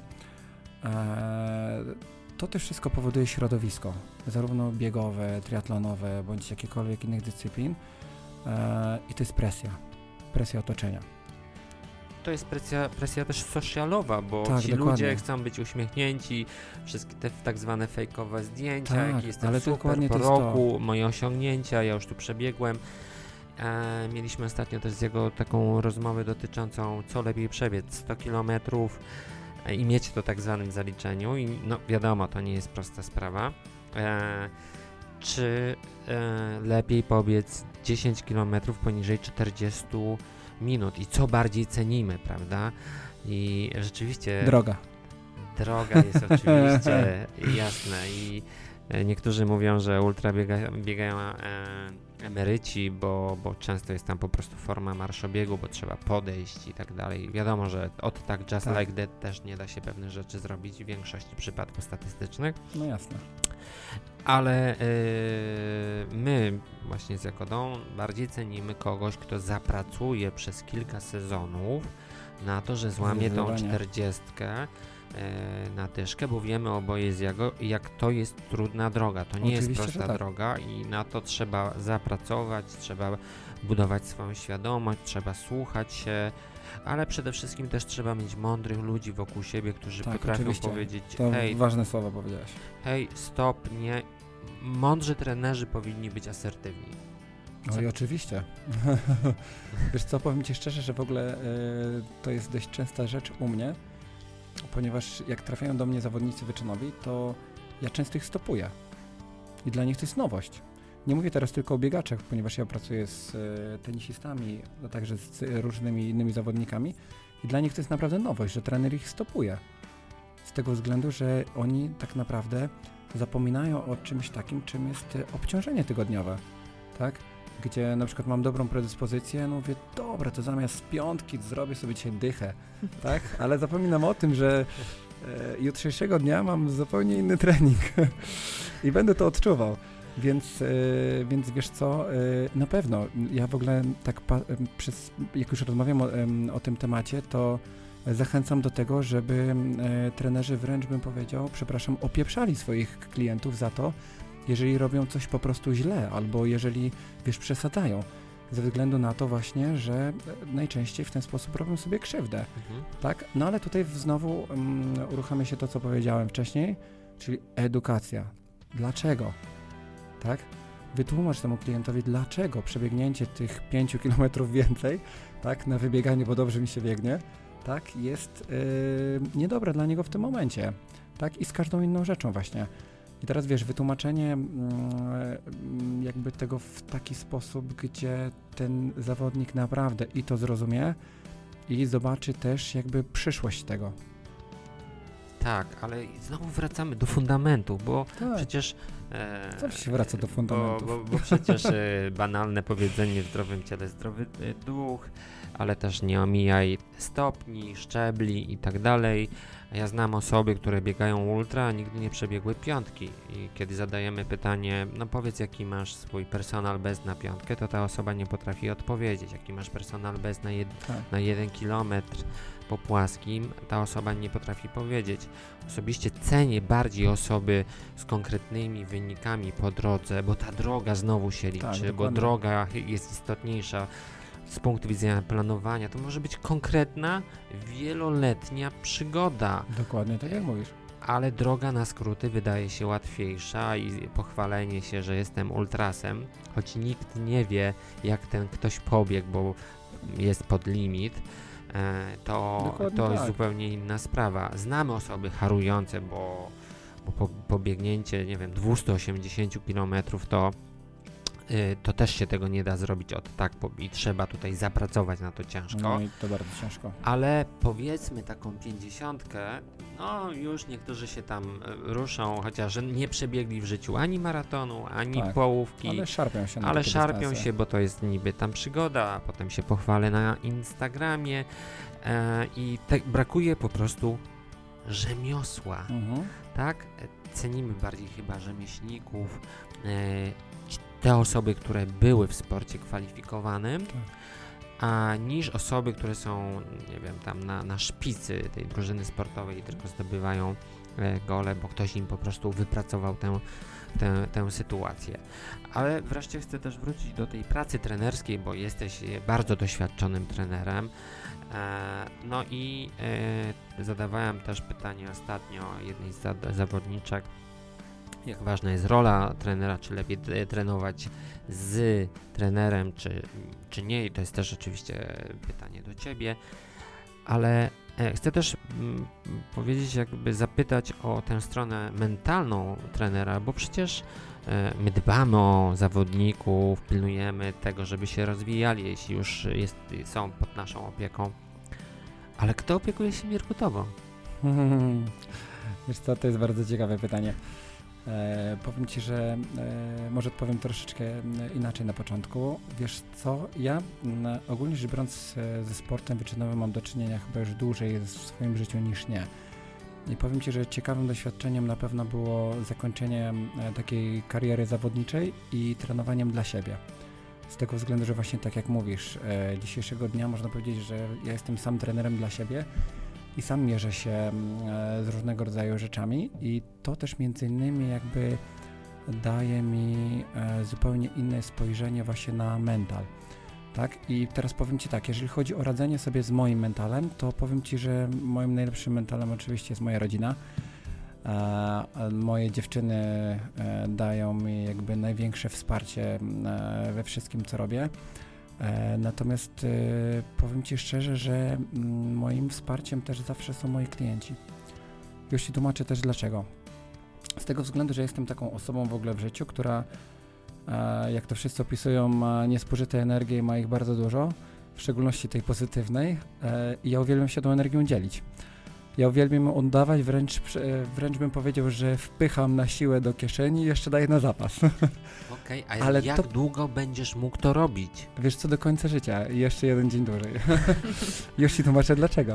[SPEAKER 2] e, to też wszystko powoduje środowisko, zarówno biegowe, triatlonowe, bądź jakiekolwiek innych dyscyplin e, i to jest presja, presja otoczenia.
[SPEAKER 1] To jest presja, presja też socialowa, bo
[SPEAKER 2] Tak,
[SPEAKER 1] ci
[SPEAKER 2] dokładnie.
[SPEAKER 1] ludzie chcą być uśmiechnięci, wszystkie te tak zwane fejkowe zdjęcia,
[SPEAKER 2] Tak,
[SPEAKER 1] jaki jestem
[SPEAKER 2] ale
[SPEAKER 1] super
[SPEAKER 2] dokładnie
[SPEAKER 1] po
[SPEAKER 2] to jest to.
[SPEAKER 1] roku, moje osiągnięcia, ja już tu przebiegłem. E, mieliśmy ostatnio też z jego taką rozmowę dotyczącą, co lepiej przebiec, sto kilometrów e, i mieć to tak zwanym zaliczeniu i no wiadomo, to nie jest prosta sprawa. E, czy e, lepiej pobiec dziesięć kilometrów poniżej czterdzieści minut i co bardziej cenimy, prawda? I rzeczywiście
[SPEAKER 2] Droga.
[SPEAKER 1] droga jest oczywiście jasna i e, niektórzy mówią, że ultra biega, biegają e, emeryci, bo, bo często jest tam po prostu forma marszobiegu, bo trzeba podejść i tak dalej. Wiadomo, że od tak just
[SPEAKER 2] Tak.
[SPEAKER 1] like that też nie da się pewnych rzeczy zrobić w większości przypadków statystycznych.
[SPEAKER 2] No jasne.
[SPEAKER 1] Ale yy, my właśnie z Jakodą bardziej cenimy kogoś, kto zapracuje przez kilka sezonów na to, że złamie tą
[SPEAKER 2] Zdecydowanie.
[SPEAKER 1] czterdziestkę yy, na tyszkę, bo wiemy oboje z Jago, jak to jest trudna droga. To nie
[SPEAKER 2] Oczywiście,
[SPEAKER 1] jest
[SPEAKER 2] że
[SPEAKER 1] prosta
[SPEAKER 2] tak.
[SPEAKER 1] droga i na to trzeba zapracować, trzeba budować swoją świadomość, trzeba słuchać się, ale przede wszystkim też trzeba mieć mądrych ludzi wokół siebie, którzy
[SPEAKER 2] Tak,
[SPEAKER 1] potrafią
[SPEAKER 2] oczywiście.
[SPEAKER 1] powiedzieć,
[SPEAKER 2] To
[SPEAKER 1] hej,
[SPEAKER 2] ważne słowa powiedziałeś.
[SPEAKER 1] hej, stop, nie. Mądrzy trenerzy powinni być asertywni. Co?
[SPEAKER 2] Oj, oczywiście. Wiesz co, powiem ci szczerze, że w ogóle y, to jest dość częsta rzecz u mnie, ponieważ jak trafiają do mnie zawodnicy wyczynowi, to ja często ich stopuję. I dla nich to jest nowość. Nie mówię teraz tylko o biegaczach, ponieważ ja pracuję z y, tenisistami, a także z y, różnymi innymi zawodnikami i dla nich to jest naprawdę nowość, że trener ich stopuje. Z tego względu, że oni tak naprawdę zapominają o czymś takim, czym jest y, obciążenie tygodniowe, tak? Gdzie na przykład mam dobrą predyspozycję, no mówię, dobra, to zamiast piątki zrobię sobie dzisiaj dychę, tak? Ale zapominam o tym, że e, jutrzejszego dnia mam zupełnie inny trening i będę to odczuwał. Więc, y, więc wiesz co, y, na pewno, ja w ogóle tak pa, y, przez, jak już rozmawiam o, y, o tym temacie, to zachęcam do tego, żeby y, trenerzy wręcz bym powiedział, przepraszam, opieprzali swoich klientów za to, jeżeli robią coś po prostu źle, albo jeżeli, wiesz, przesadzają. Ze względu na to właśnie, że najczęściej w ten sposób robią sobie krzywdę,
[SPEAKER 1] Mhm.
[SPEAKER 2] tak? No ale tutaj znowu um, uruchamia się to, co powiedziałem wcześniej, czyli edukacja. Dlaczego? Tak? Wytłumacz temu klientowi, dlaczego przebiegnięcie tych pięciu kilometrów więcej, tak, na wybieganie, bo dobrze mi się biegnie, tak, jest yy, niedobre dla niego w tym momencie, tak, i z każdą inną rzeczą właśnie. I teraz wiesz, wytłumaczenie mm, jakby tego w taki sposób, gdzie ten zawodnik naprawdę i to zrozumie i zobaczy też jakby przyszłość tego.
[SPEAKER 1] Tak, ale znowu wracamy do fundamentów, bo
[SPEAKER 2] Tak.
[SPEAKER 1] przecież... E,
[SPEAKER 2] Zawsze się wraca do fundamentów.
[SPEAKER 1] Bo, bo, bo przecież e, banalne powiedzenie w zdrowym ciele zdrowy e, duch, ale też nie omijaj stopni, szczebli i tak dalej. A ja znam osoby, które biegają ultra, a nigdy nie przebiegły piątki. I kiedy zadajemy pytanie, no powiedz jaki masz swój personal best na piątkę, to ta osoba nie potrafi odpowiedzieć. Jaki masz personal best na, jed-
[SPEAKER 2] Tak.
[SPEAKER 1] na jeden kilometr po płaskim, ta osoba nie potrafi powiedzieć. Osobiście cenię bardziej osoby z konkretnymi wynikami po drodze, bo ta droga znowu się liczy,
[SPEAKER 2] Tak,
[SPEAKER 1] bo
[SPEAKER 2] dokładnie.
[SPEAKER 1] droga jest istotniejsza z punktu widzenia planowania. To może być konkretna, wieloletnia przygoda,
[SPEAKER 2] Dokładnie tak jak mówisz.
[SPEAKER 1] ale droga na skróty wydaje się łatwiejsza i pochwalenie się, że jestem ultrasem, choć nikt nie wie, jak ten ktoś pobiegł, bo jest pod limit, e, to,
[SPEAKER 2] Dokładnie
[SPEAKER 1] to jest
[SPEAKER 2] tak.
[SPEAKER 1] zupełnie inna sprawa. Znamy osoby harujące, bo, bo po, pobiegnięcie, nie wiem, dwieście osiemdziesiąt kilometrów to y, to też się tego nie da zrobić od tak po, i trzeba tutaj zapracować na to ciężko.
[SPEAKER 2] No i to bardzo ciężko.
[SPEAKER 1] Ale powiedzmy taką pięćdziesiątkę, no już niektórzy się tam y, ruszą, chociaż nie przebiegli w życiu ani maratonu, ani
[SPEAKER 2] Tak,
[SPEAKER 1] połówki,
[SPEAKER 2] Ale szarpią się na
[SPEAKER 1] ale
[SPEAKER 2] takie
[SPEAKER 1] szarpią
[SPEAKER 2] dystanse.
[SPEAKER 1] się, bo to jest niby tam przygoda, a potem się pochwalę na Instagramie e, i te, brakuje po prostu rzemiosła,
[SPEAKER 2] Mhm.
[SPEAKER 1] tak? E, Cenimy bardziej chyba rzemieślników, e, ci- te osoby, które były w sporcie kwalifikowanym,
[SPEAKER 2] Tak.
[SPEAKER 1] a niż osoby, które są, nie wiem, tam na, na szpicy tej drużyny sportowej i tylko zdobywają e, gole, bo ktoś im po prostu wypracował tę, tę, tę sytuację. Ale wreszcie chcę też wrócić do tej pracy trenerskiej, bo jesteś e, bardzo doświadczonym trenerem. E, no i e, zadawałem też pytanie ostatnio jednej z za- zawodniczek, jak ważna jest rola trenera, czy lepiej t- trenować z trenerem, czy, czy nie. I to jest też oczywiście pytanie do Ciebie, ale e, chcę też mm, powiedzieć, jakby zapytać o tę stronę mentalną trenera, bo przecież e, my dbamy o zawodników, pilnujemy tego, żeby się rozwijali, jeśli już jest, są pod naszą opieką. Ale kto opiekuje się Mirkutową?
[SPEAKER 2] Wiesz co, to jest bardzo ciekawe pytanie. E, powiem Ci, że e, może odpowiem troszeczkę e, inaczej na początku. Wiesz co, ja m, ogólnie rzecz biorąc e, ze sportem wyczynowym mam do czynienia chyba już dłużej w swoim życiu niż nie. I powiem Ci, że ciekawym doświadczeniem na pewno było zakończenie e, takiej kariery zawodniczej i trenowaniem dla siebie. Z tego względu, że właśnie tak jak mówisz, e, dzisiejszego dnia można powiedzieć, że ja jestem sam trenerem dla siebie i sam mierzę się e, z różnego rodzaju rzeczami i to też między innymi jakby daje mi e, zupełnie inne spojrzenie właśnie na mental, tak? I teraz powiem Ci tak, jeżeli chodzi o radzenie sobie z moim mentalem, to powiem Ci, że moim najlepszym mentalem oczywiście jest moja rodzina. E, a moje dziewczyny e, dają mi jakby największe wsparcie e, we wszystkim, co robię. E, natomiast e, powiem Ci szczerze, że mm, moim wsparciem też zawsze są moi klienci. Już Ci tłumaczę też dlaczego. Z tego względu, że jestem taką osobą w ogóle w życiu, która, e, jak to wszyscy opisują, ma niespożyte energię i ma ich bardzo dużo, w szczególności tej pozytywnej, e, i ja uwielbiam się tą energią dzielić. Ja uwielbiam ją oddawać, wręcz, prze- wręcz bym powiedział, że wpycham na siłę do kieszeni i jeszcze daję na zapas.
[SPEAKER 1] Okej, a
[SPEAKER 2] Ale
[SPEAKER 1] jak
[SPEAKER 2] to-
[SPEAKER 1] długo będziesz mógł to robić?
[SPEAKER 2] Wiesz co, do końca życia i jeszcze jeden dzień dłużej. Już Ci tłumaczę dlaczego.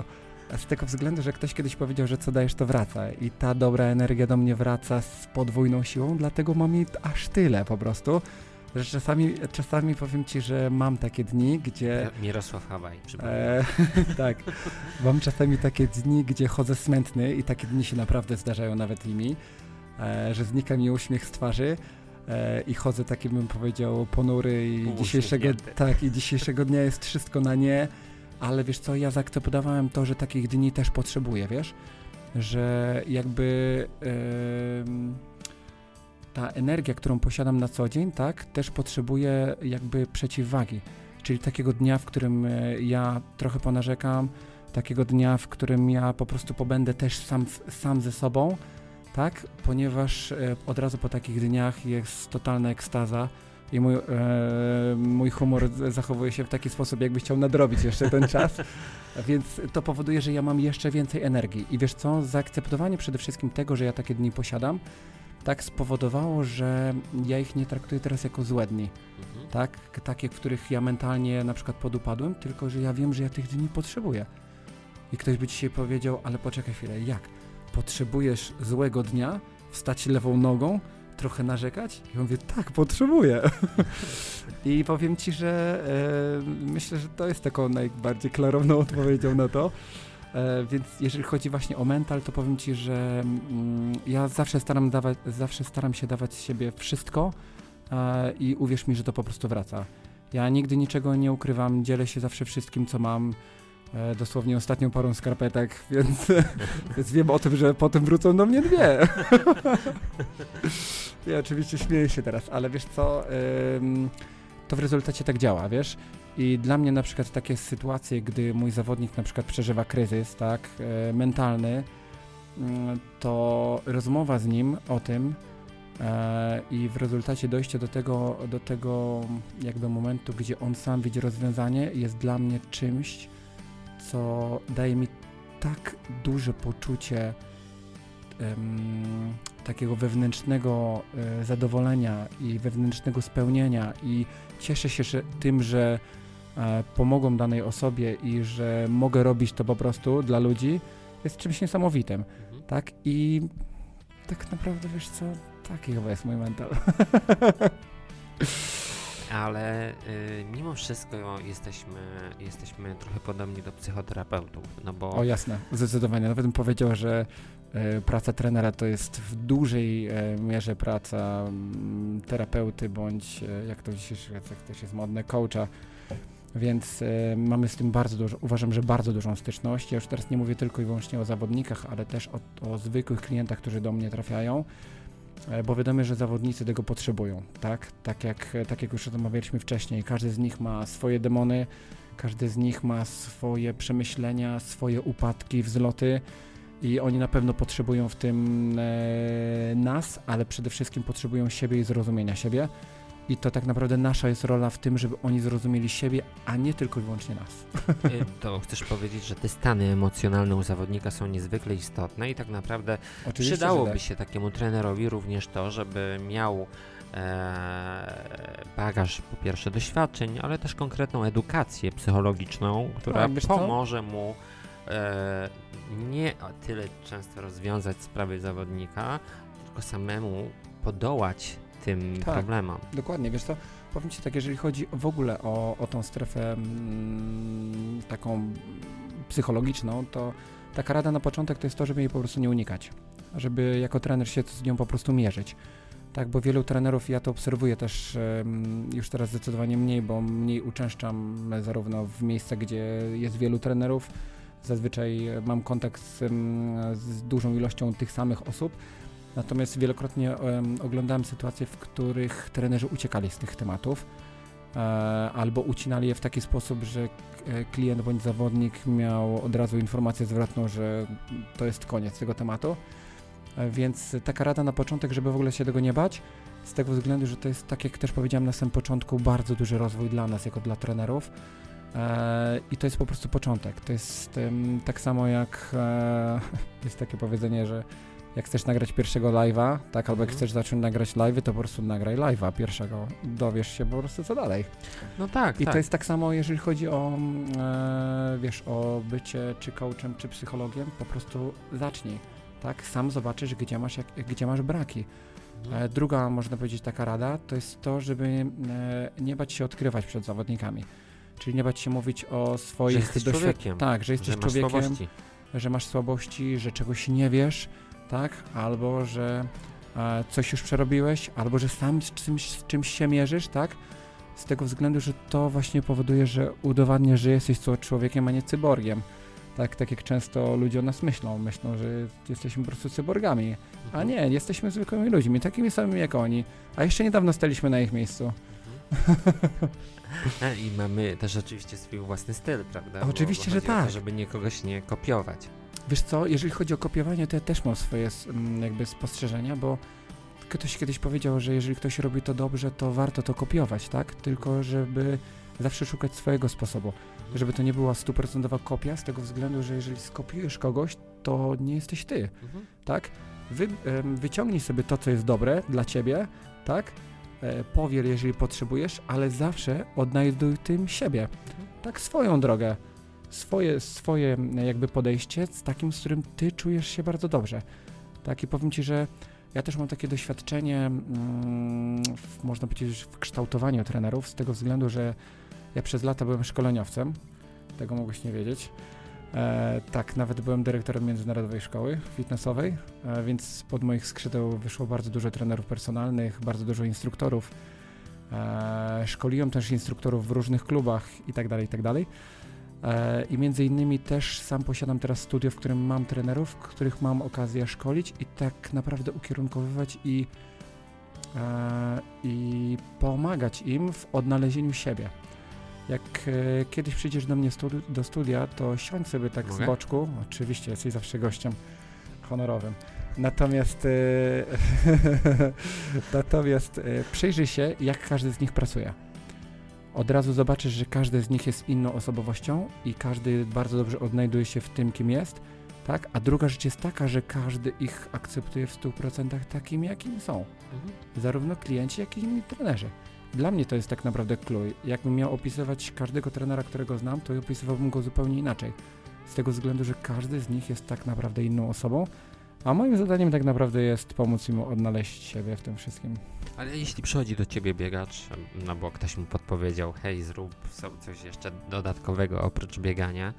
[SPEAKER 2] z tego względu, że ktoś kiedyś powiedział, że co dajesz, to wraca i ta dobra energia do mnie wraca z podwójną siłą, dlatego mam jej aż tyle po prostu, że czasami, czasami powiem Ci, że mam takie dni, gdzie...
[SPEAKER 1] Mirosław Hawaj,
[SPEAKER 2] E, tak, mam czasami takie dni, gdzie chodzę smętny i takie dni się naprawdę zdarzają nawet i mi, e, że znika mi uśmiech z twarzy e, i chodzę taki, bym powiedział, ponury i dzisiejszego, tak, i dzisiejszego dnia jest wszystko na nie, ale wiesz co, ja zaakceptowałem to, że takich dni też potrzebuję, wiesz, że jakby e, ta energia, którą posiadam na co dzień, tak, też potrzebuje jakby przeciwwagi. Czyli takiego dnia, w którym ja trochę ponarzekam, takiego dnia, w którym ja po prostu pobędę też sam, sam ze sobą, tak? Ponieważ e, od razu po takich dniach jest totalna ekstaza i mój, e, mój humor zachowuje się w taki sposób, jakby chciał nadrobić jeszcze ten czas, więc to powoduje, że ja mam jeszcze więcej energii. I wiesz co, zaakceptowanie przede wszystkim tego, że ja takie dni posiadam, tak spowodowało, że ja ich nie traktuję teraz jako złe dni, mhm. tak? Takie, w których ja mentalnie na przykład podupadłem, tylko że ja wiem, że ja tych dni potrzebuję. I ktoś by dzisiaj powiedział, ale poczekaj chwilę, jak? Potrzebujesz złego dnia, wstać lewą nogą, trochę narzekać? Ja mówię, tak, potrzebuję. I powiem Ci, że e, myślę, że to jest taką najbardziej klarowną odpowiedzią na to. E, więc jeżeli chodzi właśnie o mental, to powiem Ci, że mm, ja zawsze staram, dawać, zawsze staram się dawać z siebie wszystko e, i uwierz mi, że to po prostu wraca. Ja nigdy niczego nie ukrywam, dzielę się zawsze wszystkim, co mam. E, dosłownie ostatnią parą skarpetek, więc, więc wiem o tym, że potem wrócą do mnie dwie. Ja oczywiście śmieję się teraz, ale wiesz co, ym, to w rezultacie tak działa, wiesz? I dla mnie na przykład takie sytuacje, gdy mój zawodnik na przykład przeżywa kryzys, tak, e, mentalny, y, to rozmowa z nim o tym e, i w rezultacie dojście do tego, do tego jakby momentu, gdzie on sam widzi rozwiązanie, jest dla mnie czymś, co daje mi tak duże poczucie um, takiego wewnętrznego e, zadowolenia i wewnętrznego spełnienia i cieszę się że, tym, że e, pomogą danej osobie i że mogę robić to po prostu dla ludzi, jest czymś niesamowitym, mhm. tak? I tak naprawdę, wiesz co, taki chyba jest mój mental.
[SPEAKER 1] Ale y, mimo wszystko jesteśmy, jesteśmy trochę podobni do psychoterapeutów, no bo...
[SPEAKER 2] O jasne, zdecydowanie. Nawet bym powiedział, że y, praca trenera to jest w dużej y, mierze praca y, terapeuty, bądź y, jak to w dzisiejszych czasach też jest modne, coacha, więc y, mamy z tym bardzo dużo, uważam, że bardzo dużą styczność. Ja już teraz nie mówię tylko i wyłącznie o zawodnikach, ale też o, o zwykłych klientach, którzy do mnie trafiają, bo wiadomo, że zawodnicy tego potrzebują, tak? Tak jak, tak jak już rozmawialiśmy wcześniej, każdy z nich ma swoje demony, każdy z nich ma swoje przemyślenia, swoje upadki, wzloty i oni na pewno potrzebują w tym e, nas, ale przede wszystkim potrzebują siebie i zrozumienia siebie i to tak naprawdę nasza jest rola w tym, żeby oni zrozumieli siebie, a nie tylko i wyłącznie nas.
[SPEAKER 1] To chcesz powiedzieć, że te stany emocjonalne u zawodnika są niezwykle istotne i tak naprawdę Oczywiście, przydałoby tak. się takiemu trenerowi również to, żeby miał e, bagaż po pierwsze doświadczeń, ale też konkretną edukację psychologiczną, która no, pomoże mu e, nie tyle często rozwiązać sprawy zawodnika, tylko samemu podołać tym
[SPEAKER 2] tak,
[SPEAKER 1] problemom.
[SPEAKER 2] Dokładnie, wiesz co, powiem Ci tak, jeżeli chodzi w ogóle o, o tą strefę mm, taką psychologiczną, to taka rada na początek to jest to, żeby jej po prostu nie unikać, żeby jako trener się z nią po prostu mierzyć. Tak, bo wielu trenerów, ja to obserwuję też um, już teraz zdecydowanie mniej, bo mniej uczęszczam zarówno w miejscach, gdzie jest wielu trenerów, zazwyczaj mam kontakt z, z dużą ilością tych samych osób, natomiast wielokrotnie um, oglądałem sytuacje, w których trenerzy uciekali z tych tematów e, albo ucinali je w taki sposób, że klient bądź zawodnik miał od razu informację zwrotną, że to jest koniec tego tematu. E, więc taka rada na początek, żeby w ogóle się tego nie bać, z tego względu, że to jest, tak jak też powiedziałem na samym początku, bardzo duży rozwój dla nas jako dla trenerów. E, I to jest po prostu początek. To jest um, tak samo jak e, jest takie powiedzenie, że jak chcesz nagrać pierwszego live'a, tak, albo jak
[SPEAKER 1] Mhm.
[SPEAKER 2] chcesz zacząć nagrać live'y, to po prostu nagraj live'a pierwszego. Dowiesz się po prostu co dalej.
[SPEAKER 1] No tak,
[SPEAKER 2] I
[SPEAKER 1] tak.
[SPEAKER 2] to jest tak samo, jeżeli chodzi o, e, wiesz, o bycie czy coachem, czy psychologiem, po prostu zacznij, tak? Sam zobaczysz, gdzie masz, jak, gdzie masz braki.
[SPEAKER 1] Mhm.
[SPEAKER 2] E, druga, można powiedzieć, taka rada, to jest to, żeby e, nie bać się odkrywać przed zawodnikami. Czyli nie bać się mówić o swoich...
[SPEAKER 1] Że jesteś
[SPEAKER 2] doświad-
[SPEAKER 1] człowiekiem.
[SPEAKER 2] Tak, że jesteś
[SPEAKER 1] że masz
[SPEAKER 2] człowiekiem,
[SPEAKER 1] słabości.
[SPEAKER 2] że masz słabości, że czegoś nie wiesz, tak? Albo, że e, coś już przerobiłeś, albo, że sam z czymś, z czymś się mierzysz, tak? Z tego względu, że to właśnie powoduje, że udowadniasz, że jesteś co- człowiekiem, a nie cyborgiem. Tak, tak jak często ludzie o nas myślą. Myślą, że jesteśmy po prostu cyborgami. A
[SPEAKER 1] Mhm.
[SPEAKER 2] nie, jesteśmy zwykłymi ludźmi, takimi samymi jak oni. A jeszcze niedawno staliśmy na ich miejscu.
[SPEAKER 1] A, I mamy też oczywiście swój własny styl, prawda?
[SPEAKER 2] Oczywiście,
[SPEAKER 1] bo
[SPEAKER 2] że
[SPEAKER 1] chodzi o to,
[SPEAKER 2] tak.
[SPEAKER 1] żeby nie kogoś nie kopiować.
[SPEAKER 2] Wiesz co, jeżeli chodzi o kopiowanie, to ja też mam swoje s- mm, jakby spostrzeżenia, bo ktoś kiedyś powiedział, że jeżeli ktoś robi to dobrze, to warto to kopiować, tak? Tylko żeby zawsze szukać swojego sposobu. Żeby to nie była stuprocentowa kopia, z tego względu, że jeżeli skopiujesz kogoś, to nie jesteś ty,
[SPEAKER 1] Mhm.
[SPEAKER 2] tak? Wy, em, wyciągnij sobie to, co jest dobre dla ciebie, tak? E, powiel, jeżeli potrzebujesz, ale zawsze odnajduj tym siebie, tak? Swoją drogę, swoje, swoje m, jakby podejście z takim, z którym ty czujesz się bardzo dobrze, tak? I powiem ci, że ja też mam takie doświadczenie, mm, w, można powiedzieć, w kształtowaniu trenerów, z tego względu, że ja przez lata byłem szkoleniowcem, tego mogłeś nie wiedzieć. E, tak, nawet byłem dyrektorem międzynarodowej szkoły fitnessowej, e, więc spod moich skrzydeł wyszło bardzo dużo trenerów personalnych, bardzo dużo instruktorów. E, szkoliłem też instruktorów w różnych klubach i tak dalej, i tak dalej. E, I między innymi też sam posiadam teraz studio, w którym mam trenerów, których mam okazję szkolić i tak naprawdę ukierunkowywać i, e, i pomagać im w odnalezieniu siebie. Jak e, kiedyś przyjdziesz do mnie studi- do studia, to siądź sobie tak
[SPEAKER 1] Mogę?
[SPEAKER 2] z boczku. Oczywiście, jesteś zawsze gościem honorowym. Natomiast, e, natomiast e, przyjrzyj się, jak każdy z nich pracuje. Od razu zobaczysz, że każdy z nich jest inną osobowością i każdy bardzo dobrze odnajduje się w tym, kim jest, tak? A druga rzecz jest taka, że każdy ich akceptuje w stu procentach takimi, jakimi są.
[SPEAKER 1] Mhm.
[SPEAKER 2] Zarówno klienci, jak i inni trenerzy. Dla mnie to jest tak naprawdę clue. Jakbym miał opisywać każdego trenera, którego znam, to opisywałbym go zupełnie inaczej. Z tego względu, że każdy z nich jest tak naprawdę inną osobą, a moim zadaniem tak naprawdę jest pomóc im odnaleźć siebie w tym wszystkim.
[SPEAKER 1] Ale jeśli przychodzi do ciebie biegacz, no bo ktoś mu podpowiedział, hej, zrób so- coś jeszcze dodatkowego oprócz biegania,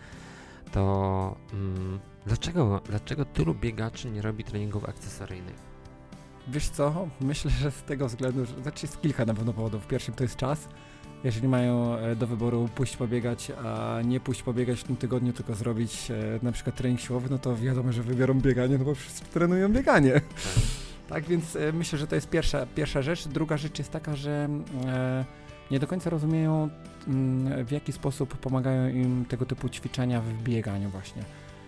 [SPEAKER 1] to mm, dlaczego, dlaczego tylu biegaczy nie robi treningów akcesoryjnych?
[SPEAKER 2] Wiesz co, myślę, że z tego względu, że znaczy jest kilka na pewno powodów. Pierwszym to jest czas. Jeżeli mają e, do wyboru pójść pobiegać, a nie pójść pobiegać w tym tygodniu, tylko zrobić e, na przykład trening siłowy, no to wiadomo, że wybiorą bieganie, no bo wszyscy trenują bieganie. Tak, więc e, myślę, że to jest pierwsza, pierwsza rzecz. Druga rzecz jest taka, że e, nie do końca rozumieją, m, w jaki sposób pomagają im tego typu ćwiczenia w bieganiu właśnie.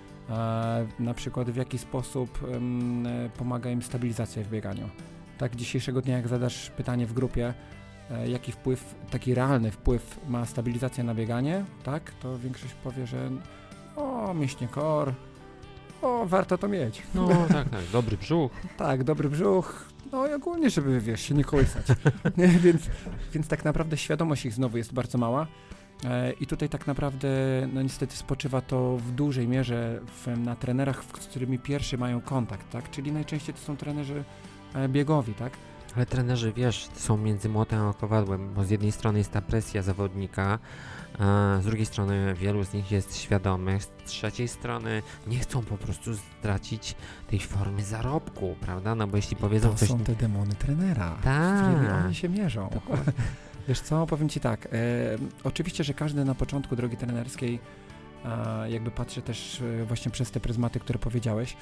[SPEAKER 2] E, na przykład w jaki sposób em, e, pomaga im stabilizacja w bieganiu. Tak, dzisiejszego dnia jak zadasz pytanie w grupie, e, jaki wpływ, taki realny wpływ ma stabilizacja na bieganie, tak, to większość powie, że o, mięśnie core, o, warto to mieć.
[SPEAKER 1] No tak, tak, dobry brzuch.
[SPEAKER 2] Tak, dobry brzuch, no i ogólnie, żeby, wiesz, się nie kołysać. Nie, więc, więc tak naprawdę świadomość ich znowu jest bardzo mała. E, I tutaj tak naprawdę, no niestety spoczywa to w dużej mierze w, na trenerach, w- z którymi pierwszy mają kontakt, tak? Czyli najczęściej to są trenerzy e, biegowi, tak?
[SPEAKER 1] Ale trenerzy, wiesz, są między młotem a kowadłem, bo z jednej strony jest ta presja zawodnika, a z drugiej strony wielu z nich jest świadomych, z trzeciej strony nie chcą po prostu stracić tej formy zarobku, prawda? No bo jeśli powiedzą
[SPEAKER 2] to
[SPEAKER 1] coś...
[SPEAKER 2] są te demony trenera,
[SPEAKER 1] Tak.
[SPEAKER 2] z którymi oni się mierzą.
[SPEAKER 1] Dokładnie.
[SPEAKER 2] Wiesz co, powiem Ci tak, e, oczywiście, że każdy na początku drogi trenerskiej e, jakby patrzy też e, właśnie przez te pryzmaty, które powiedziałeś.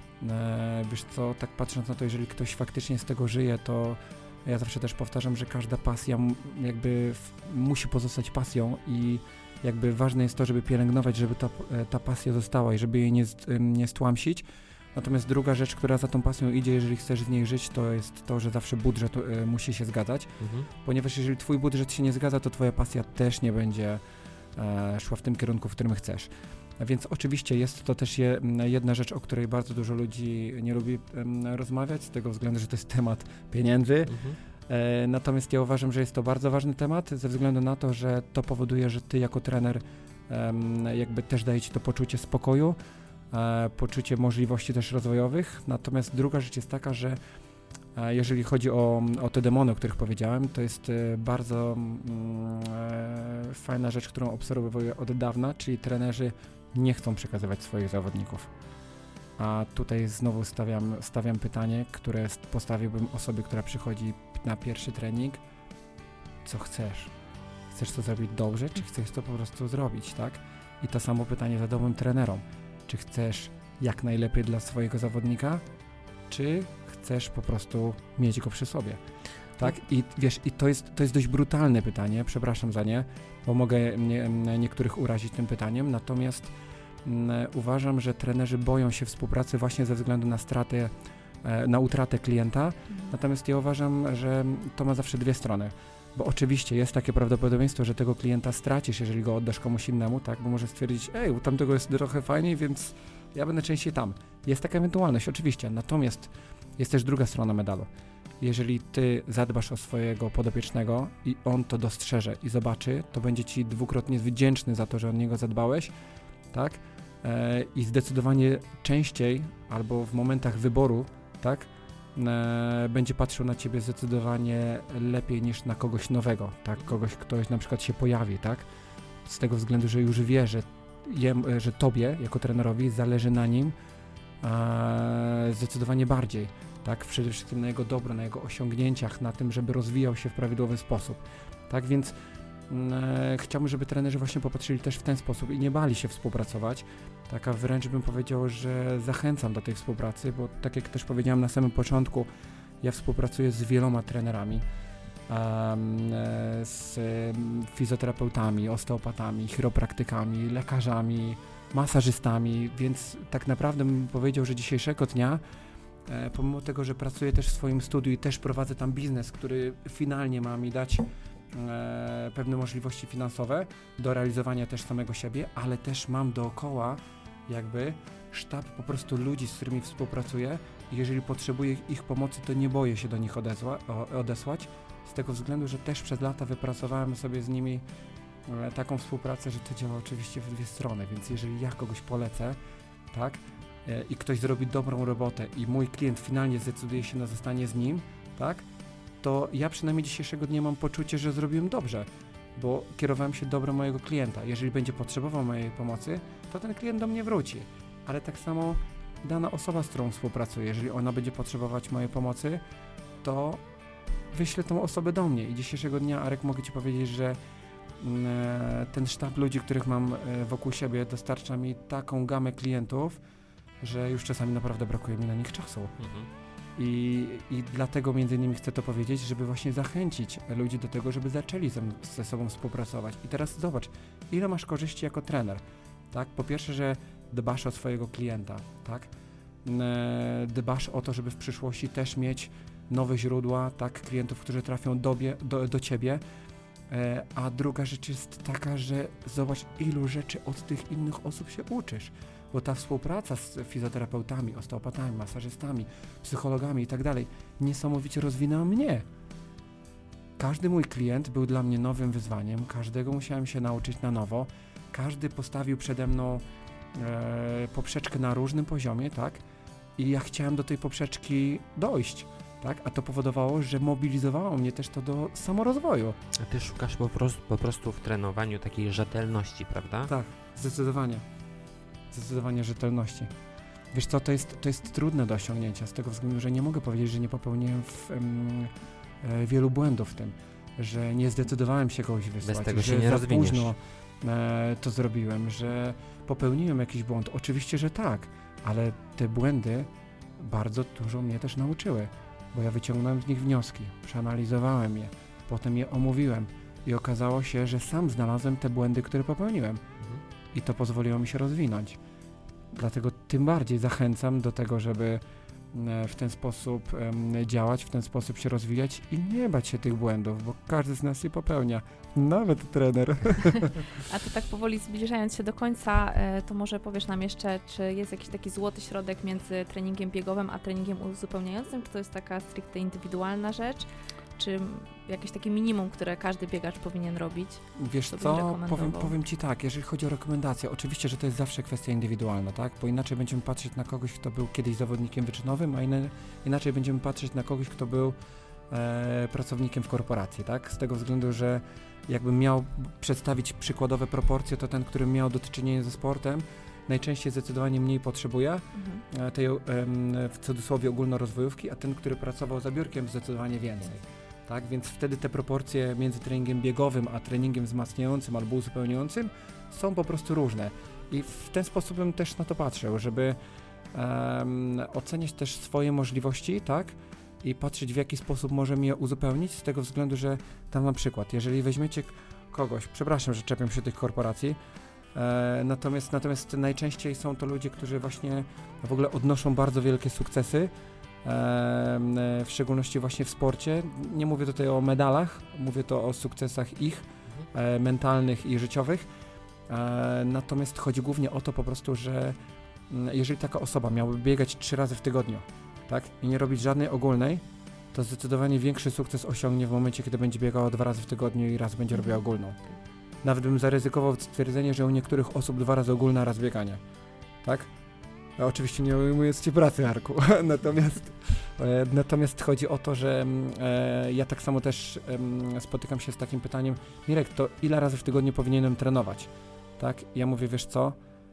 [SPEAKER 2] E, wiesz co, tak patrząc na to, jeżeli ktoś faktycznie z tego żyje, to ja zawsze też powtarzam, że każda pasja m- jakby w, musi pozostać pasją i jakby ważne jest to, żeby pielęgnować, żeby ta, e, ta pasja została i żeby jej nie, z- em, nie stłamsić. Natomiast druga rzecz, która za tą pasją idzie, jeżeli chcesz z niej żyć, to jest to, że zawsze budżet e, musi się zgadzać.
[SPEAKER 1] Mhm.
[SPEAKER 2] Ponieważ jeżeli twój budżet się nie zgadza, to twoja pasja też nie będzie e, szła w tym kierunku, w którym chcesz. A więc oczywiście jest to też je, jedna rzecz, o której bardzo dużo ludzi nie lubi um, rozmawiać, z tego względu, że to jest temat pieniędzy.
[SPEAKER 1] Mhm.
[SPEAKER 2] E, natomiast ja uważam, że jest to bardzo ważny temat, ze względu na to, że to powoduje, że ty jako trener um, jakby też daje ci to poczucie spokoju, e, poczucie możliwości też rozwojowych. Natomiast druga rzecz jest taka, że e, jeżeli chodzi o, o te demony, o których powiedziałem, to jest e, bardzo mm, e, fajna rzecz, którą obserwuję od dawna, czyli trenerzy nie chcą przekazywać swoich zawodników. A tutaj znowu stawiam, stawiam pytanie, które postawiłbym osobie, która przychodzi na pierwszy trening. Co chcesz? Chcesz to zrobić dobrze, czy chcesz to po prostu zrobić, tak? I to samo pytanie zadałbym trenerom. Czy chcesz jak najlepiej dla swojego zawodnika, czy chcesz po prostu mieć go przy sobie? Tak? I wiesz, i to jest, to jest dość brutalne pytanie, przepraszam za nie, bo mogę nie, niektórych urazić tym pytaniem, natomiast m, uważam, że trenerzy boją się współpracy właśnie ze względu na stratę, e, na utratę klienta, mhm. natomiast ja uważam, że to ma zawsze dwie strony, bo oczywiście jest takie prawdopodobieństwo, że tego klienta stracisz, jeżeli go oddasz komuś innemu, tak, bo może stwierdzić, ej, u tamtego jest trochę fajniej, więc ja będę częściej tam. Jest taka ewentualność, oczywiście, natomiast jest też druga strona medalu. Jeżeli ty zadbasz o swojego podopiecznego i on to dostrzeże i zobaczy, to będzie ci dwukrotnie wdzięczny za to, że o niego zadbałeś, tak? E, I zdecydowanie częściej albo w momentach wyboru, tak? E, będzie patrzył na ciebie zdecydowanie lepiej niż na kogoś nowego, tak? Kogoś, ktoś na przykład się pojawi, tak? Z tego względu, że już wie, że, jem, że tobie jako trenerowi zależy na nim e, zdecydowanie bardziej. Tak, przede wszystkim na jego dobro, na jego osiągnięciach, na tym, żeby rozwijał się w prawidłowy sposób. Tak więc e, chciałbym, żeby trenerzy właśnie popatrzyli też w ten sposób i nie bali się współpracować. Tak, a wręcz bym powiedział, że zachęcam do tej współpracy, bo tak jak też powiedziałem na samym początku, ja współpracuję z wieloma trenerami, um, e, z fizjoterapeutami, osteopatami, chiropraktykami, lekarzami, masażystami, więc tak naprawdę bym powiedział, że dzisiejszego dnia E, pomimo tego, że pracuję też w swoim studiu i też prowadzę tam biznes, który finalnie ma mi dać e, pewne możliwości finansowe do realizowania też samego siebie, ale też mam dookoła jakby sztab po prostu ludzi, z którymi współpracuję i jeżeli potrzebuję ich pomocy, to nie boję się do nich odezła, o, odesłać, z tego względu, że też przez lata wypracowałem sobie z nimi e, taką współpracę, że to działa oczywiście w dwie strony, więc jeżeli ja kogoś polecę, tak, i ktoś zrobi dobrą robotę i mój klient finalnie zdecyduje się na zostanie z nim, tak, to ja przynajmniej dzisiejszego dnia mam poczucie, że zrobiłem dobrze, bo kierowałem się dobrem mojego klienta. Jeżeli będzie potrzebował mojej pomocy, to ten klient do mnie wróci. Ale tak samo dana osoba, z którą współpracuję, jeżeli ona będzie potrzebować mojej pomocy, to wyślę tą osobę do mnie. I dzisiejszego dnia, Arek, mogę ci powiedzieć, że mm, ten sztab ludzi, których mam wokół siebie, dostarcza mi taką gamę klientów, że już czasami naprawdę brakuje mi na nich czasu. Mhm. I, I dlatego między innymi chcę to powiedzieć, żeby właśnie zachęcić ludzi do tego, żeby zaczęli ze, ze sobą współpracować. I teraz zobacz, ile masz korzyści jako trener, tak? Po pierwsze, że dbasz o swojego klienta, tak? E, dbasz o to, żeby w przyszłości też mieć nowe źródła, tak? Klientów, którzy trafią do, do, do ciebie. E, a druga rzecz jest taka, że zobacz, ilu rzeczy od tych innych osób się uczysz. Bo ta współpraca z fizjoterapeutami, osteopatami, masażystami, psychologami i tak dalej niesamowicie rozwinęła mnie. Każdy mój klient był dla mnie nowym wyzwaniem, każdego musiałem się nauczyć na nowo, każdy postawił przede mną e, poprzeczkę na różnym poziomie, tak? I ja chciałem do tej poprzeczki dojść, tak? A to powodowało, że mobilizowało mnie też to do samorozwoju.
[SPEAKER 1] A ty szukasz po prostu, po prostu w trenowaniu takiej rzetelności, prawda? Tak,
[SPEAKER 2] zdecydowanie. Zdecydowanie rzetelności. Wiesz co, to jest, to jest trudne do osiągnięcia, z tego względu, że nie mogę powiedzieć, że nie popełniłem w, um, e, wielu błędów w tym, że nie zdecydowałem się kogoś wysłać,
[SPEAKER 1] Bez tego
[SPEAKER 2] że
[SPEAKER 1] się nie
[SPEAKER 2] za
[SPEAKER 1] rozwiniesz.
[SPEAKER 2] późno e, to zrobiłem, że popełniłem jakiś błąd. Oczywiście, że tak, ale te błędy bardzo dużo mnie też nauczyły, bo ja wyciągnąłem z nich wnioski, przeanalizowałem je, potem je omówiłem i okazało się, że sam znalazłem te błędy, które popełniłem. I to pozwoliło mi się rozwinąć. Dlatego tym bardziej zachęcam do tego, żeby w ten sposób um, działać, w ten sposób się rozwijać i nie bać się tych błędów, bo każdy z nas je popełnia, nawet trener.
[SPEAKER 3] A to tak powoli zbliżając się do końca, to może powiesz nam jeszcze, czy jest jakiś taki złoty środek między treningiem biegowym a treningiem uzupełniającym, czy to jest taka stricte indywidualna rzecz, czy jakieś takie minimum, które każdy biegacz powinien robić?
[SPEAKER 2] Wiesz co, powiem, powiem Ci tak, jeżeli chodzi o rekomendacje, oczywiście, że to jest zawsze kwestia indywidualna, tak? Bo inaczej będziemy patrzeć na kogoś, kto był kiedyś zawodnikiem wyczynowym, a inny, inaczej będziemy patrzeć na kogoś, kto był e, pracownikiem w korporacji, tak? Z tego względu, że jakbym miał przedstawić przykładowe proporcje, to ten, który miał do czynienia ze sportem, najczęściej zdecydowanie mniej potrzebuje mhm. tej em, w cudzysłowie ogólnorozwojówki, a ten, który pracował za biurkiem, zdecydowanie więcej. Tak, więc wtedy te proporcje między treningiem biegowym a treningiem wzmacniającym albo uzupełniającym są po prostu różne. I w ten sposób bym też na to patrzył, żeby um, oceniać też swoje możliwości, tak, i patrzeć, w jaki sposób możemy je uzupełnić, z tego względu, że tam na przykład, jeżeli weźmiecie kogoś, przepraszam, że czepiam się tych korporacji, e, natomiast, natomiast najczęściej są to ludzie, którzy właśnie w ogóle odnoszą bardzo wielkie sukcesy, w szczególności właśnie w sporcie. Nie mówię tutaj o medalach, mówię to o sukcesach ich mhm. mentalnych i życiowych. Natomiast chodzi głównie o to po prostu, że jeżeli taka osoba miałaby biegać trzy razy w tygodniu, tak, i nie robić żadnej ogólnej, to zdecydowanie większy sukces osiągnie w momencie, kiedy będzie biegała dwa razy w tygodniu i raz będzie robiła ogólną. Nawet bym zaryzykował stwierdzenie, że u niektórych osób dwa razy ogólna, raz bieganie. Tak? Ja oczywiście nie ujmuję z Ci pracy, Arku, natomiast, e, natomiast chodzi o to, że e, ja tak samo też e, spotykam się z takim pytaniem: Mirek, to ile razy w tygodniu powinienem trenować? Tak? Ja mówię, wiesz co,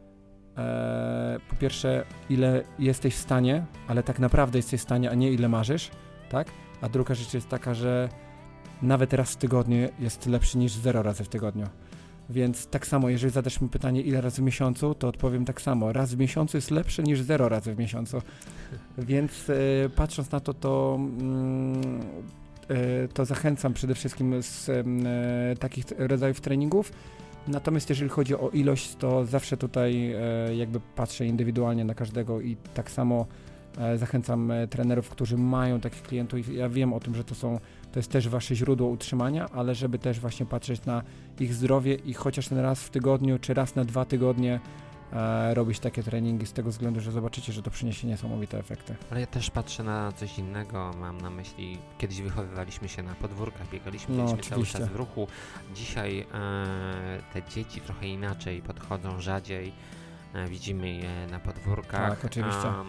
[SPEAKER 2] e, po pierwsze, ile jesteś w stanie, ale tak naprawdę jesteś w stanie, a nie ile marzysz, tak? A druga rzecz jest taka, że nawet raz w tygodniu jest lepszy niż zero razy w tygodniu. Więc tak samo, jeżeli zadasz mi pytanie, ile razy w miesiącu, to odpowiem tak samo. Raz w miesiącu jest lepszy niż zero razy w miesiącu. Więc e, patrząc na to, to, mm, e, to zachęcam przede wszystkim z e, takich rodzajów treningów. Natomiast jeżeli chodzi o ilość, to zawsze tutaj e, jakby patrzę indywidualnie na każdego i tak samo e, zachęcam e, trenerów, którzy mają takich klientów. Ja wiem o tym, że to są To jest też wasze źródło utrzymania, ale żeby też właśnie patrzeć na ich zdrowie i chociaż ten raz w tygodniu, czy raz na dwa tygodnie e, robić takie treningi z tego względu, że zobaczycie, że to przyniesie niesamowite efekty.
[SPEAKER 1] Ale ja też patrzę na coś innego, mam na myśli, kiedyś wychowywaliśmy się na podwórkach, biegaliśmy,
[SPEAKER 2] no,
[SPEAKER 1] byliśmy cały czas w ruchu. Dzisiaj e, te dzieci trochę inaczej podchodzą, rzadziej e, widzimy je na podwórkach.
[SPEAKER 2] Tak, oczywiście. Um,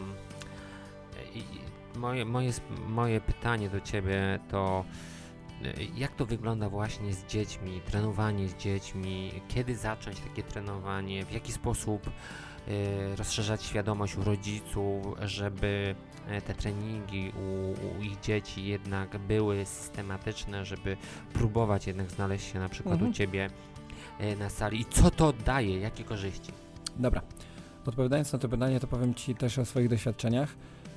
[SPEAKER 1] i, Moje, moje, moje pytanie do Ciebie to, jak to wygląda właśnie z dziećmi, trenowanie z dziećmi, kiedy zacząć takie trenowanie, w jaki sposób y, rozszerzać świadomość u rodziców, żeby te treningi u, u ich dzieci jednak były systematyczne, żeby próbować jednak znaleźć się na przykład mhm. u Ciebie y, na sali i co to daje, jakie korzyści?
[SPEAKER 2] Dobra, odpowiadając na to pytanie, to powiem Ci też o swoich doświadczeniach.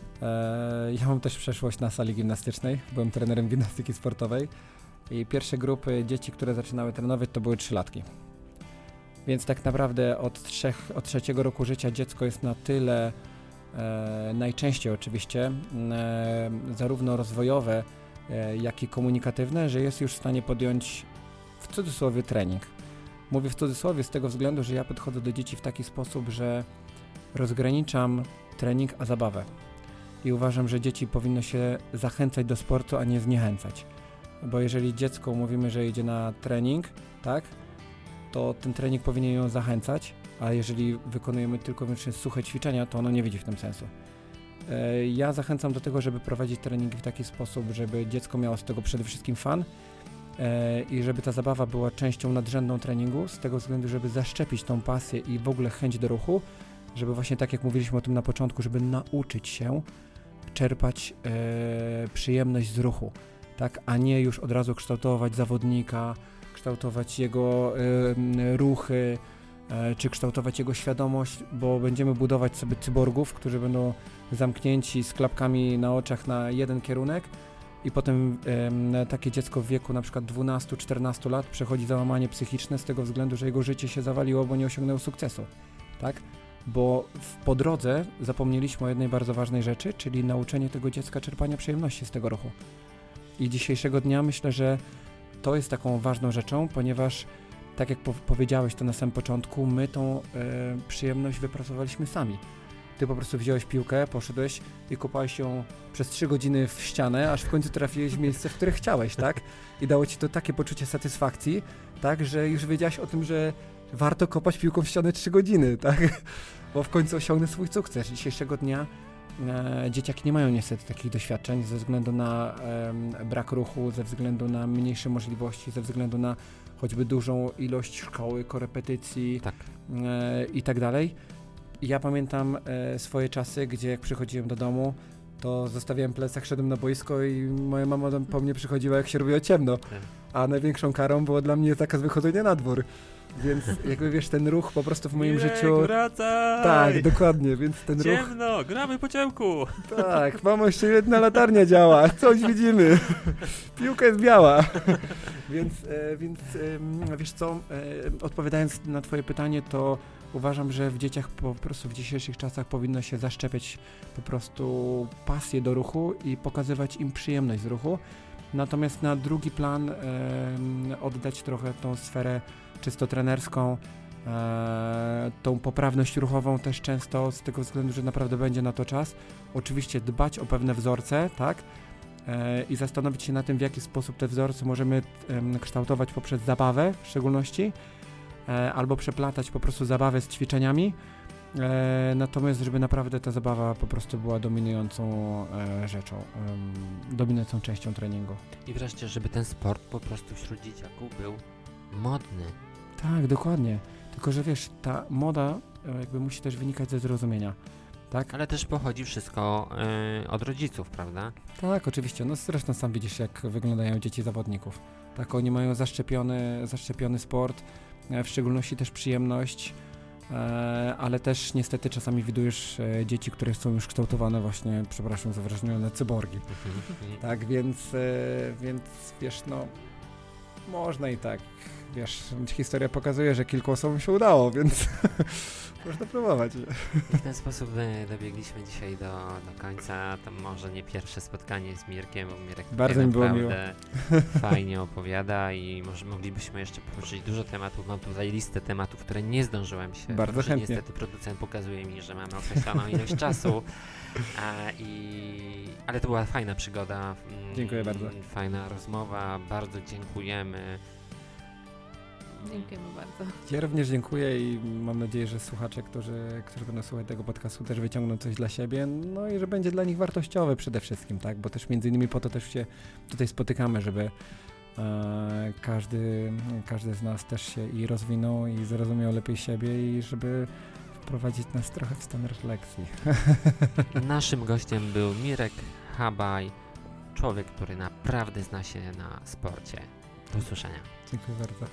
[SPEAKER 2] Ja mam też przeszłość na sali gimnastycznej, byłem trenerem gimnastyki sportowej i pierwsze grupy dzieci, które zaczynały trenować, to były trzylatki. Więc tak naprawdę od, trzech, od trzeciego roku życia dziecko jest na tyle, e, najczęściej oczywiście, e, zarówno rozwojowe, e, jak i komunikatywne, że jest już w stanie podjąć w cudzysłowie trening. Mówię w cudzysłowie z tego względu, że ja podchodzę do dzieci w taki sposób, że rozgraniczam trening a zabawę. I uważam, że dzieci powinno się zachęcać do sportu, a nie zniechęcać. Bo jeżeli dziecko mówimy, że idzie na trening, tak, to ten trening powinien ją zachęcać, a jeżeli wykonujemy tylko wyłącznie suche ćwiczenia, to ono nie widzi w tym sensu. E, ja zachęcam do tego, żeby prowadzić treningi w taki sposób, żeby dziecko miało z tego przede wszystkim fan e, i żeby ta zabawa była częścią nadrzędną treningu, z tego względu, żeby zaszczepić tą pasję i w ogóle chęć do ruchu, żeby właśnie tak jak mówiliśmy o tym na początku, żeby nauczyć się czerpać e, przyjemność z ruchu, tak, a nie już od razu kształtować zawodnika, kształtować jego e, ruchy, e, czy kształtować jego świadomość, bo będziemy budować sobie cyborgów, którzy będą zamknięci z klapkami na oczach na jeden kierunek i potem e, takie dziecko w wieku na przykład dwunastu czternastu lat przechodzi załamanie psychiczne z tego względu, że jego życie się zawaliło, bo nie osiągnęło sukcesu, tak? bo w, po drodze zapomnieliśmy o jednej bardzo ważnej rzeczy, czyli nauczenie tego dziecka czerpania przyjemności z tego ruchu. I dzisiejszego dnia myślę, że to jest taką ważną rzeczą, ponieważ tak jak po- powiedziałeś to na samym początku, my tą e, przyjemność wypracowaliśmy sami. Ty po prostu wziąłeś piłkę, poszedłeś i kopałeś ją przez trzy godziny w ścianę, aż w końcu trafiłeś w miejsce, w które chciałeś, tak? I dało ci to takie poczucie satysfakcji, tak, że już wiedziałeś o tym, że warto kopać piłką w ścianę trzy godziny, tak? Bo w końcu osiągnę swój sukces. Dzisiejszego dnia e, dzieciaki nie mają niestety takich doświadczeń ze względu na e, brak ruchu, ze względu na mniejsze możliwości, ze względu na choćby dużą ilość szkoły, korepetycji
[SPEAKER 1] Tak.
[SPEAKER 2] e, i tak dalej. I ja pamiętam e, swoje czasy, gdzie jak przychodziłem do domu, to zostawiałem plecak, szedłem na boisko i moja mama do, po mnie przychodziła, jak się robiło ciemno. A największą karą było dla mnie zakaz wychodzenia na dwór. Więc jakby wiesz, ten ruch po prostu w moim
[SPEAKER 4] Mirek,
[SPEAKER 2] życiu...
[SPEAKER 4] wracaj!
[SPEAKER 2] Tak, dokładnie, więc ten ruch...
[SPEAKER 4] Ciemno, gramy po ciemku!
[SPEAKER 2] Tak, mamo, jeszcze jedna latarnia działa, coś widzimy. Piłka jest biała. Więc, e, więc e, wiesz co, e, odpowiadając na twoje pytanie, to uważam, że w dzieciach po prostu w dzisiejszych czasach powinno się zaszczepiać po prostu pasję do ruchu i pokazywać im przyjemność z ruchu. Natomiast na drugi plan e, oddać trochę tą sferę czysto trenerską, e, tą poprawność ruchową też często z tego względu, że naprawdę będzie na to czas. Oczywiście dbać o pewne wzorce, tak? E, I zastanowić się na tym, w jaki sposób te wzorce możemy e, kształtować poprzez zabawę w szczególności, e, albo przeplatać po prostu zabawę z ćwiczeniami. E, natomiast, żeby naprawdę ta zabawa po prostu była dominującą e, rzeczą, e, dominującą częścią treningu.
[SPEAKER 1] I wreszcie, żeby ten sport po prostu wśród dzieciaków był modny.
[SPEAKER 2] Tak, dokładnie. Tylko, że wiesz, ta moda e, jakby musi też wynikać ze zrozumienia, tak?
[SPEAKER 1] Ale też pochodzi wszystko y, od rodziców, prawda?
[SPEAKER 2] Tak, oczywiście. No zresztą sam widzisz, jak wyglądają dzieci zawodników. Tak, oni mają zaszczepiony, zaszczepiony sport, e, w szczególności też przyjemność, e, ale też niestety czasami widujesz e, dzieci, które są już kształtowane właśnie, przepraszam za wrażenie, na cyborgi. Tak, więc, e, więc wiesz, no można i tak, wiesz, historia pokazuje, że kilku osobom się udało, więc można próbować.
[SPEAKER 1] I w ten sposób e, dobiegliśmy dzisiaj do, do końca. To może nie pierwsze spotkanie z Mirkiem, bo Mirek tutaj
[SPEAKER 2] Bardzo mi było
[SPEAKER 1] naprawdę fajnie opowiada i może moglibyśmy jeszcze poruszyć dużo tematów. Mam tutaj listę tematów, które nie zdążyłem się.
[SPEAKER 2] Bardzo
[SPEAKER 1] że
[SPEAKER 2] chętnie.
[SPEAKER 1] Niestety producent pokazuje mi, że mamy określoną ilość czasu. A, i, ale to była fajna przygoda. mm,
[SPEAKER 2] Dziękuję bardzo.
[SPEAKER 1] Fajna rozmowa. Bardzo dziękujemy.
[SPEAKER 3] Dziękujemy bardzo.
[SPEAKER 2] Ja również dziękuję i mam nadzieję, że słuchacze, którzy, którzy będą słuchać tego podcastu, też wyciągną coś dla siebie, no i że będzie dla nich wartościowe przede wszystkim, tak, bo też między innymi po to też się tutaj spotykamy, żeby e, każdy, każdy z nas też się i rozwinął i zrozumiał lepiej siebie i żeby wprowadzić nas trochę w stan refleksji.
[SPEAKER 1] Naszym gościem był Mirek Habaj, człowiek, który naprawdę zna się na sporcie. Do usłyszenia.
[SPEAKER 2] Dziękuję bardzo.